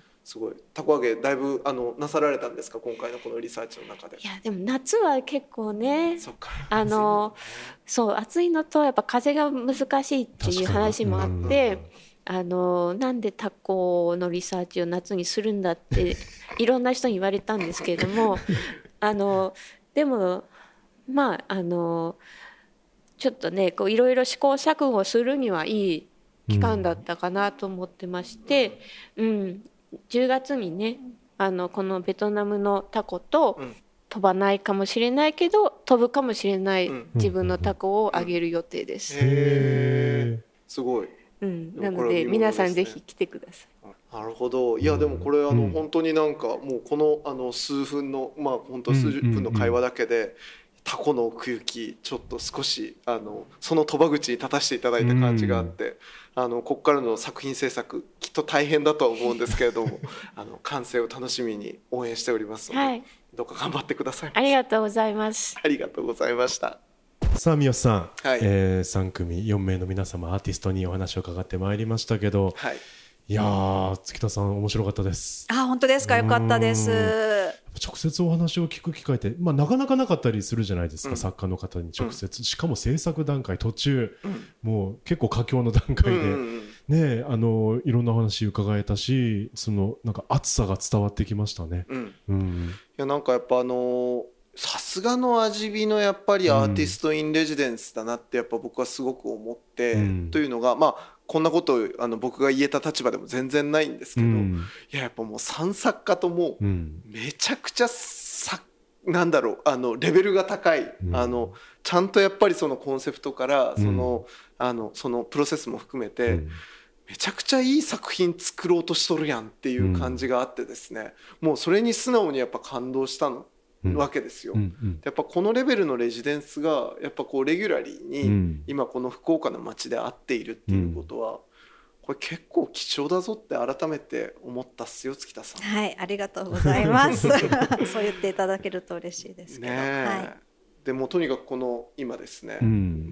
すごいタコ揚げだいぶあのなさられたんですか今回のこのリサーチの中で。
いやでも夏は結構ねそっかあのそう暑いのとやっぱ風が難しいっていう話もあって、あのなんでタコのリサーチを夏にするんだっていろんな人に言われたんですけれどもあのでもまああのちょっとねこういろいろ試行錯誤するにはいい期間だったかなと思ってまして、うんうん、じゅうがつにねあのこのベトナムのタコと、うん飛ばないかもしれないけど飛ぶかもしれない自分のタコをあげる予定です。
へーすごい、
うん、なので皆さんぜひ来てください。
なるほど。いやでもこれあの本当になんかもうこのあの数分のまあ本当数十分の会話だけでタコの奥行きちょっと少しあのその鳥羽口に立たせていただいた感じがあって、あのここからの作品制作きっと大変だとは思うんですけれどもあの完成を楽しみに応援しておりますので、はい、どうか頑張ってください。
ありがとうございます。
ありがとうございました。
さあ三好さん、はいえー、さん組よん名の皆様アーティストにお話を伺ってまいりましたけど、はい、いやー月田さん面白かったです。
あ本当ですか。よかったです。
直接お話を聞く機会って、まあ、なかなかなかったりするじゃないですか、うん、作家の方に直接、うん、しかも制作段階途中、うん、もう結構佳境の段階で、うんうんね、あのいろんな話伺えたしそのなんか熱さが伝わってきましたね、うんうん、
いやなんかやっぱあのさすがの味見のやっぱりアーティストインレジデンスだなってやっぱ僕はすごく思って、うん、というのがまあこんなことをあの僕が言えた立場でも全然ないんですけど、うん、いややっぱもうさん作家ともめちゃくちゃさなんだろうあのレベルが高い、うん、あのちゃんとやっぱりそのコンセプトからその、うん、あのそのプロセスも含めて、うん、めちゃくちゃいい作品作ろうとしとるやんっていう感じがあってですね、うん、もうそれに素直にやっぱ感動したのわけですよ、うんうん、やっぱこのレベルのレジデンスがやっぱこうレギュラリーに今この福岡の街で合っているっていうことは、うん、これ結構貴重だぞって改めて思ったっすよ月田さん。
はいありがとうございますそう言っていただけると嬉しいですけど、ねはい、
でもとにかくこの今ですね、うん、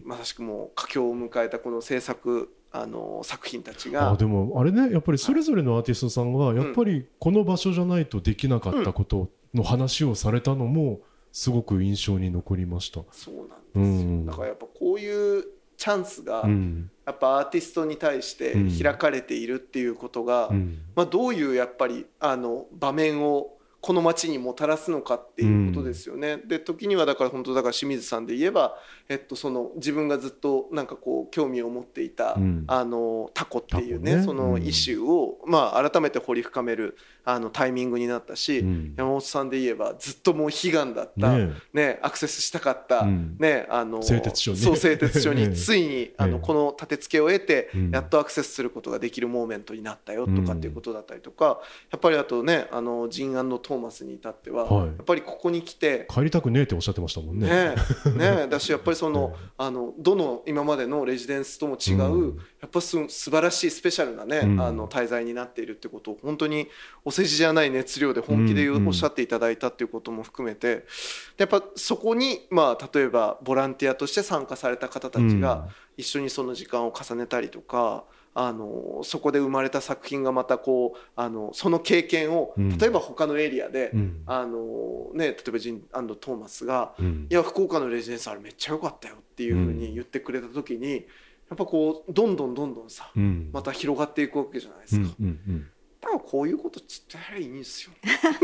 まさしくもう佳境を迎えたこの制作あの作品たちが
あでもあれねやっぱりそれぞれのアーティストさんがやっぱりこの場所じゃないとできなかったことの話をされたのもすごく印象に残りました。
そうなんですよ、うん、だからやっぱこういうチャンスがやっぱアーティストに対して開かれているっていうことが、うんまあ、どういうやっぱりあの場面をこの街にもたらすのかっていうことですよね、うん、で時にはだから本当だから清水さんで言えば、えっと、その自分がずっとなんかこう興味を持っていた、うん、あのタコっていうね、そのイシューを、まあ、改めて掘り深めるあのタイミングになったし、うん、山本さんで言えばずっともう悲願だった、ねね、アクセスしたかった、うんね、あの
製鉄所に、
そう製鉄所についにあのこの立て付けを得て、うん、やっとアクセスすることができるモーメントになったよとかっていうことだったりとか、やっぱりあとねあのジン&トーマスに至っては、はい、やっぱりここに来て
帰りたくねえっておっしゃってましたもんね。
ねねだしやっぱりその、あのどの今までのレジデンスとも違う、うん、やっぱす素晴らしいスペシャルなね、うん、あの滞在になっているってことを本当にお世辞じゃない熱量で本気でおっしゃっていただいたっていうことも含めて、やっぱそこにまあ例えばボランティアとして参加された方たちが一緒にその時間を重ねたりとか、あのそこで生まれた作品がまたこうあのその経験を例えば他のエリアで、うんあのね、例えばジン&トーマスが、うん、いや福岡のレジデンスあれめっちゃ良かったよっていうふうに言ってくれた時にやっぱこうどんどんどんどんさ、うん、また広がっていくわけじゃないですか、うんうんうん、多分こういうことちっちゃいいいんですよ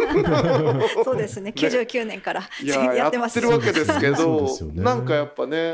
そうですねきゅうじゅうきゅうねんからやってます
やってるわけですけど、ね、なんかやっぱねこ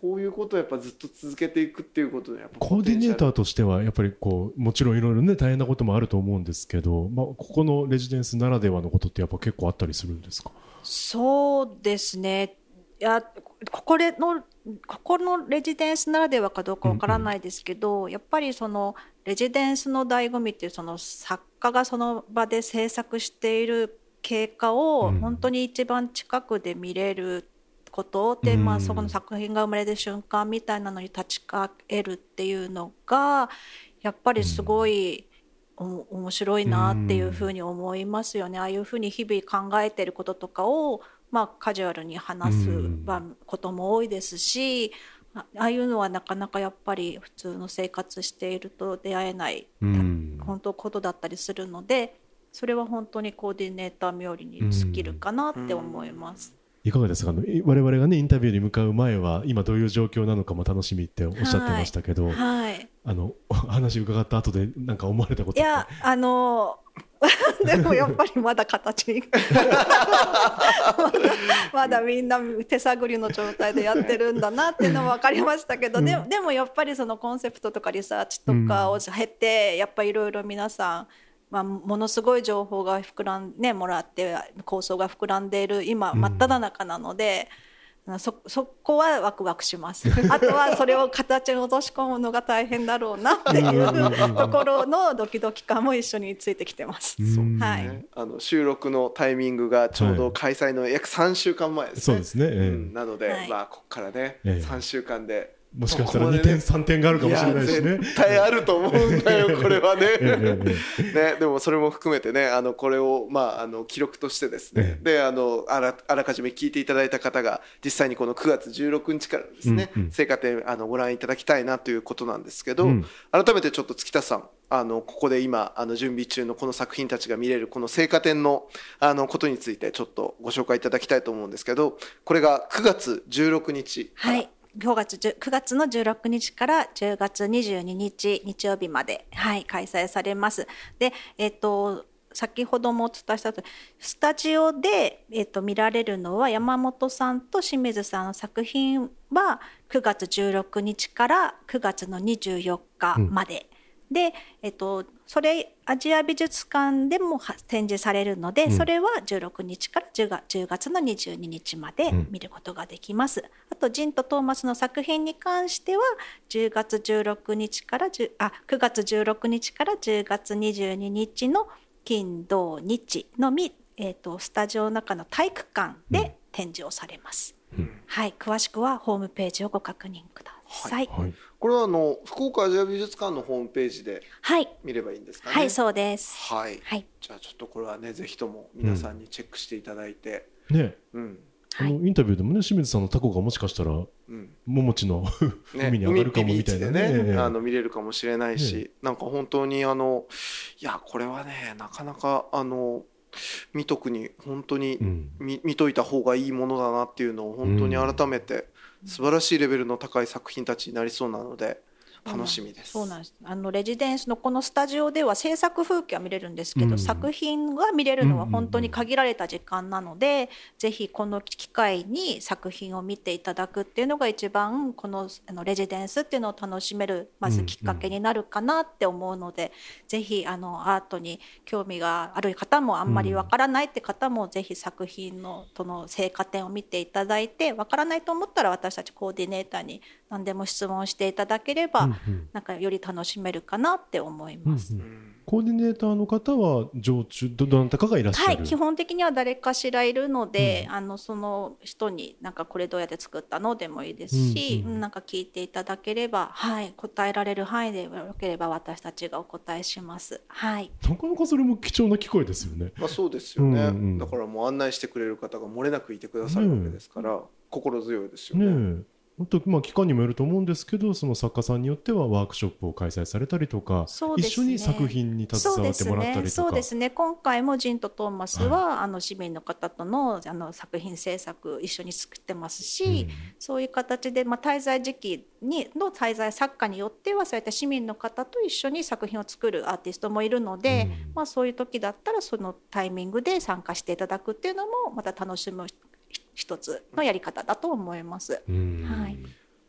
こういうことをやっぱずっと続けていくっていうことでやっぱ
コーディネーターとしてはやっぱりこうもちろんいろいろね大変なこともあると思うんですけど、まあ、ここのレジデンスならではのことってやっぱ結構あったりするんですか？
そうですね。いやここでのここのレジデンスならではかどうかわからないですけど、うんうん、やっぱりそのレジデンスの醍醐味っていうその作家がその場で制作している経過を本当に一番近くで見れることで、うんまあ、そこの作品が生まれる瞬間みたいなのに立ち返るっていうのがやっぱりすごい、うん、お面白いなっていうふうに思いますよね。ああいうふうに日々考えてることとかをまあ、カジュアルに話すことも多いですし、ああいうのはなかなかやっぱり普通の生活していると出会えない本当ことだったりするので、それは本当にコーディネーター冥利に尽きるかなって思います。
いかがですか？あの我々がねインタビューに向かう前は今どういう状況なのかも楽しみっておっしゃってましたけど、はいはい、あの話伺った後で何か思われたことって？
いやあのでもやっぱりまだ形にま, だまだみんな手探りの状態でやってるんだなっていうのも分かりましたけど、うん、で, でもやっぱりそのコンセプトとかリサーチとかを経て、うん、やっぱりいろいろ皆さん、まあ、ものすごい情報が膨らんでもらって構想が膨らんでいる今真っ只中なので、うん、そ, そこはワクワクしますあとはそれを形に落とし込むのが大変だろうなっていうところのドキドキ感も一緒についてきてます。そうね、はい、
あの収録のタイミングがちょうど開催の約さんしゅうかんまえですね。
そうですね、えー
うん、なので、はいまあ、ここからね、えー、さんしゅうかんで
もしかしたらにてんさんてんがあるかもしれないしね。
絶対あると思うんだよこれはねね。でもそれも含めてねあのこれを、まあ、あの記録としてですね、であのあら、あらかじめ聞いていただいた方が実際にこのくがつじゅうろくにちからですね、うんうん、成果展あのご覧いただきたいなということなんですけど、うん、改めてちょっと月田さんあのここで今あの準備中のこの作品たちが見れるこの成果展のあのことについてちょっとご紹介いただきたいと思うんですけど、これがくがつじゅうろくにちから、
はいくがつくがつのじゅうろくにちからじゅうがつにじゅうににち日曜日まで、はい、開催されます。で、えっと先ほどもお伝えしたとおりスタジオで、えっと、見られるのは山本さんと清水さんの作品はくがつじゅうろくにちからくがつのにじゅうよっかまで、うん、で、えっと、それアジア美術館でも展示されるので、うん、それはじゅうろくにちからじゅうがつのにじゅうににちまで見ることができます、うん、あとジンとトーマスの作品に関してはじゅうがつじゅうろくにちからあくがつじゅうろくにちからじゅうがつにじゅうににちの金土日のみ、えーと、スタジオの中の体育館で展示をされます、うんはい、詳しくはホームページをご確認ください、はいはい、
これはあの福岡アジア美術館のホームページで見ればいいんですかね。
はい、はい、そうです、
はいはい、じゃあちょっとこれはねぜひとも皆さんにチェックしていただいて、
うんねうんあのインタビューでもね清水さんのタコがもしかしたら、うん、桃地の海に上がるかもみたいな ね,
ねあの見れるかもしれないし、ね、なんか本当にあのいやこれはねなかなかあの見とくに本当に 見,、うん、見といた方がいいものだなっていうのを本当に改めて素晴らしいレベルの高い作品たちになりそうなので楽しみです。
そうなんです。あのレジデンスのこのスタジオでは制作風景は見れるんですけど、うん、作品が見れるのは本当に限られた時間なので、うんうんうん、ぜひこの機会に作品を見ていただくっていうのが一番このあのレジデンスっていうのを楽しめるまずきっかけになるかなって思うので、うんうん、ぜひあのアートに興味がある方もあんまりわからないって方も、うん、ぜひ作品のとの成果点を見ていただいて、わからないと思ったら私たちコーディネーターに何でも質問していただければ、うんうん、なんかより楽しめるかなって思います、うんうん、
コーディネーターの方は常駐 ど, どなたかがいらっしゃる。
はい、基本的には誰かしらいるので、うん、あのその人になんかこれどうやって作ったのでもいいですし、うんうん、なんか聞いていただければ、はい、答えられる範囲でよければ私たちがお答えします、はい、
なかなかそれも貴重な機会ですよね。
まあ、そうですよね、うんうん、だからもう案内してくれる方が漏れなくいてくださるわけですから、ね、心強いですよね。ね
本当まあ期間にもよると思うんですけど、その作家さんによってはワークショップを開催されたりとか、ね、一緒に作品に携わってもらったりとか。
そうですね、今回もジンとトーマスは、はい、あの市民の方と の, あの作品制作一緒に作ってますし、うん、そういう形で、まあ、滞在時期にの滞在作家によってはそういった市民の方と一緒に作品を作るアーティストもいるので、うんまあ、そういう時だったらそのタイミングで参加していただくっていうのもまた楽しむ一つのやり方だと思います、
うんはい、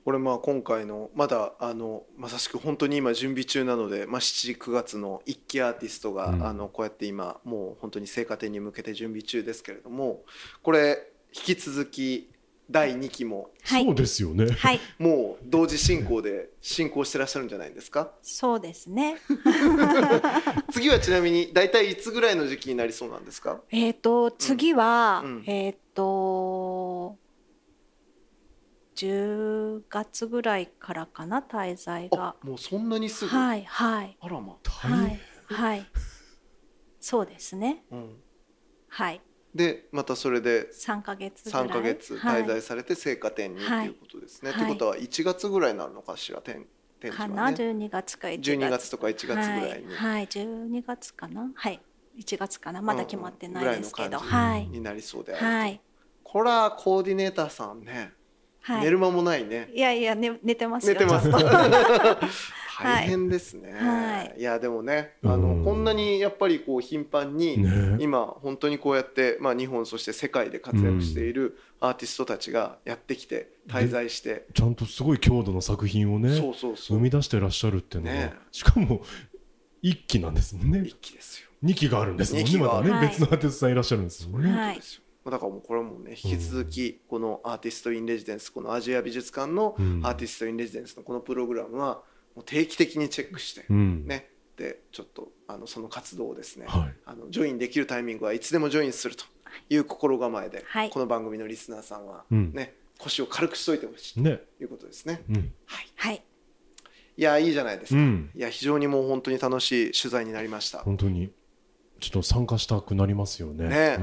これまあ今回のまだあのまさしく本当に今準備中なので、まあ、しち、くがつの一期アーティストが、うん、あのこうやって今もう本当に聖火展に向けて準備中ですけれども、これ引き続きだいにきも、
はい、そうですよね、
はい、
もう同時進行で進行してらっしゃるんじゃないですか。
そうですね
次はちなみに大体いつぐらいの時期になりそうなんですか。
えっと次は、
うんうん、
えっとじゅうがつぐらいからかな、滞在が。
もうそんなにすぐ。
はいはい。
あらま。
はいはい。そうですね。
うん、
はい。
でまたそれで
さんかげつぐらい。
さんかげつ滞在されて聖火展にっていうことですね。と、はい、いうことはいちがつぐらいになるのかしら、展展示はね。
かな、じゅうにがつかいちがつ。
じゅうにがつとかいちがつぐらいに。
はい、はい、じゅうにがつかな。はい。いちがつかな。まだ決まってないですけど。
うん、ぐらいの感じになりそうであると。
はい。
これはコーディネーターさんね。
はい、
寝る間もないね。
いやいや、ね、寝てますよ。
寝てます大変ですね、
はい、
いやでもね、あのこんなにやっぱりこう頻繁に、ね、今本当にこうやって、まあ、日本そして世界で活躍しているアーティストたちがやってきて滞在して
ちゃんとすごい強度の作品をね、
そうそうそう
生み出してらっしゃるっていうのは、ね、しかもいっきなんですもんね。
いっきですよ。
にきがあるんですもんね。またね、はい、別のアーティストさんいらっしゃるんですもんね。
はい、
だからもうこれもね引き続きこのアーティストインレジデンス、このアジア美術館のアーティストインレジデンスのこのプログラムはもう定期的にチェックして、ね、でちょっとあのその活動をですね、はい、あのジョインできるタイミングはいつでもジョインするという心構えで、はい、この番組のリスナーさんはね、うん、腰を軽くしといてほしいということですね。
うん、
はい、
はい、
いやいいじゃないですか、
うん、
いや非常にもう本当に楽しい取材になりました。
本当にちょっと参加したくなりますよね。
ね、うん、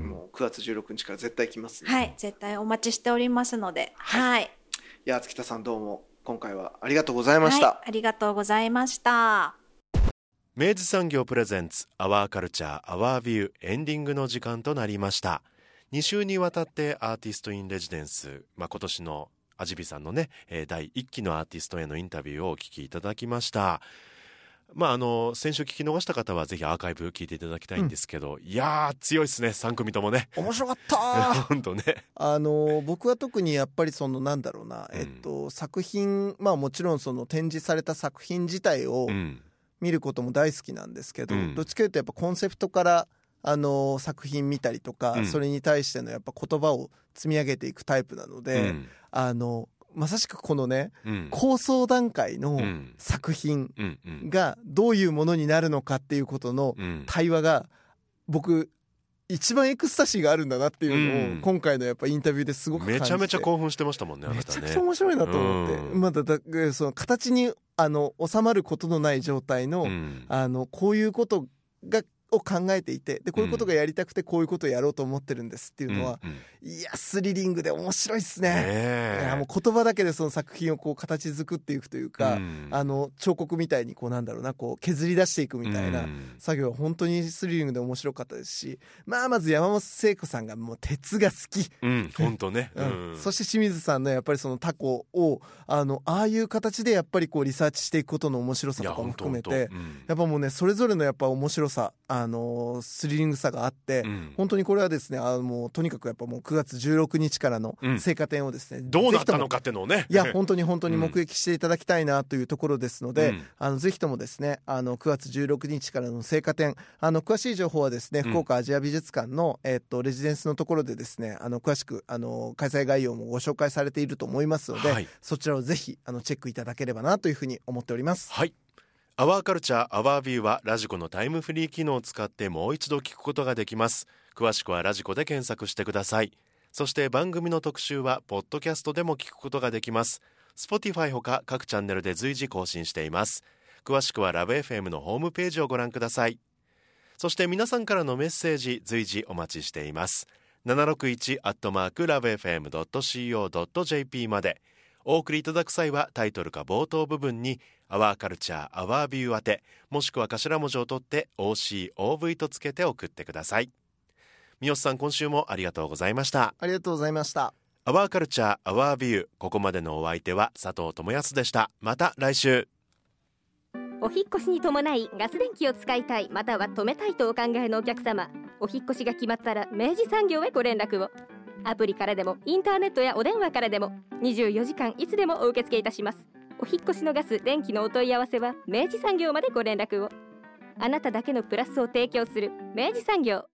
もうくがつじゅうろくにちから絶対来ます、ね、
はい、絶対お待ちしておりますので、はい、はい、い
や月田さんどうも今回はありがとうございました。
はい、ありがとうございました。
明治産業プレゼンツアワーカルチャーアワービュー、エンディングの時間となりました。に週にわたってアーティストインレジデンス、まあ、今年のアジビさんのねだいいっきのアーティストへのインタビューをお聞きいただきました。まあ、あの先週聞き逃した方はぜひアーカイブ聞いていただきたいんですけど、うん、いやー強いですね、さん組ともね。
面白かった
本当ね。
あの僕は特にやっぱりそのなんだろうな、うん、えっと作品、まあもちろんその展示された作品自体を見ることも大好きなんですけど、うん、どっちかというとやっぱコンセプトからあの作品見たりとか、うん、それに対してのやっぱ言葉を積み上げていくタイプなので、うん、あのまさしくこのね、うん、構想段階の作品がどういうものになるのかっていうことの対話が僕一番エクスタシーがあるんだなっていうのを今回のやっぱインタビューですごく感じて、
めちゃめちゃ興奮してましたもんね、あなたね。
めちゃくちゃ面白いなと思って、うん、まだだその形にあの収まることのない状態の、うん、あのこういうことがを考えていて、でこういうことがやりたくてこういうことをやろうと思ってるんですっていうのは、うんうん、いやスリリングで面白いっすね。ねいやもう言葉だけでその作品をこう形作っていくというか、うん、あの彫刻みたいにこうなんだろうなこう削り出していくみたいな作業は本当にスリリングで面白かったですし、まあまず山本聖子さんがもう鉄が好き、
うん、本当ね、
うん、そして清水さんのやっぱりそのタコをあのああいう形でやっぱりこうリサーチしていくことの面白さとかも含めて、うん、やっぱもうねそれぞれのやっぱ面白さあのスリリングさがあって、うん、本当にこれはですねあのもうとにかくやっぱもうくがつじゅうろくにちからの聖火展をですね、うん、
どうなったのかっていうのをね
いや本当に本当に目撃していただきたいなというところですので、うん、あのぜひともですねあのくがつじゅうろくにちからの聖火展あの詳しい情報はですね、うん、福岡アジア美術館の、えー、っとレジデンスのところでですねあの詳しくあの開催概要もご紹介されていると思いますので、はい、そちらをぜひあのチェックいただければなというふうに思っております。
はい、アワーカルチャーアワービューはラジコのタイムフリー機能を使ってもう一度聞くことができます。詳しくはラジコで検索してください。そして番組の特集はポッドキャストでも聞くことができます。 Spotify ほか各チャンネルで随時更新しています。詳しくはラブ エフエム のホームページをご覧ください。そして皆さんからのメッセージ随時お待ちしています。ななろくいちアットマークラブエフエムドットシーオードットジェーピー まで。お送りいただく際はタイトルか冒頭部分にアワーカルチャーアワービュー宛て、もしくは頭文字を取って オーシーオーブイ とつけて送ってください。三好さん、今週もありがとうございました。
ありがとうございました。
アワーカルチャーアワービュー、ここまでのお相手は佐藤智康でした。また来週。
お引越しに伴いガス電気を使いたい、または止めたいとお考えのお客様、お引越しが決まったら明治産業へご連絡を。 アプリからでもインターネットやお電話からでもにじゅうよじかんいつでもお受け付けいたします。お引っ越しのガス・電気のお問い合わせは明治産業までご連絡を。あなただけのプラスを提供する明治産業。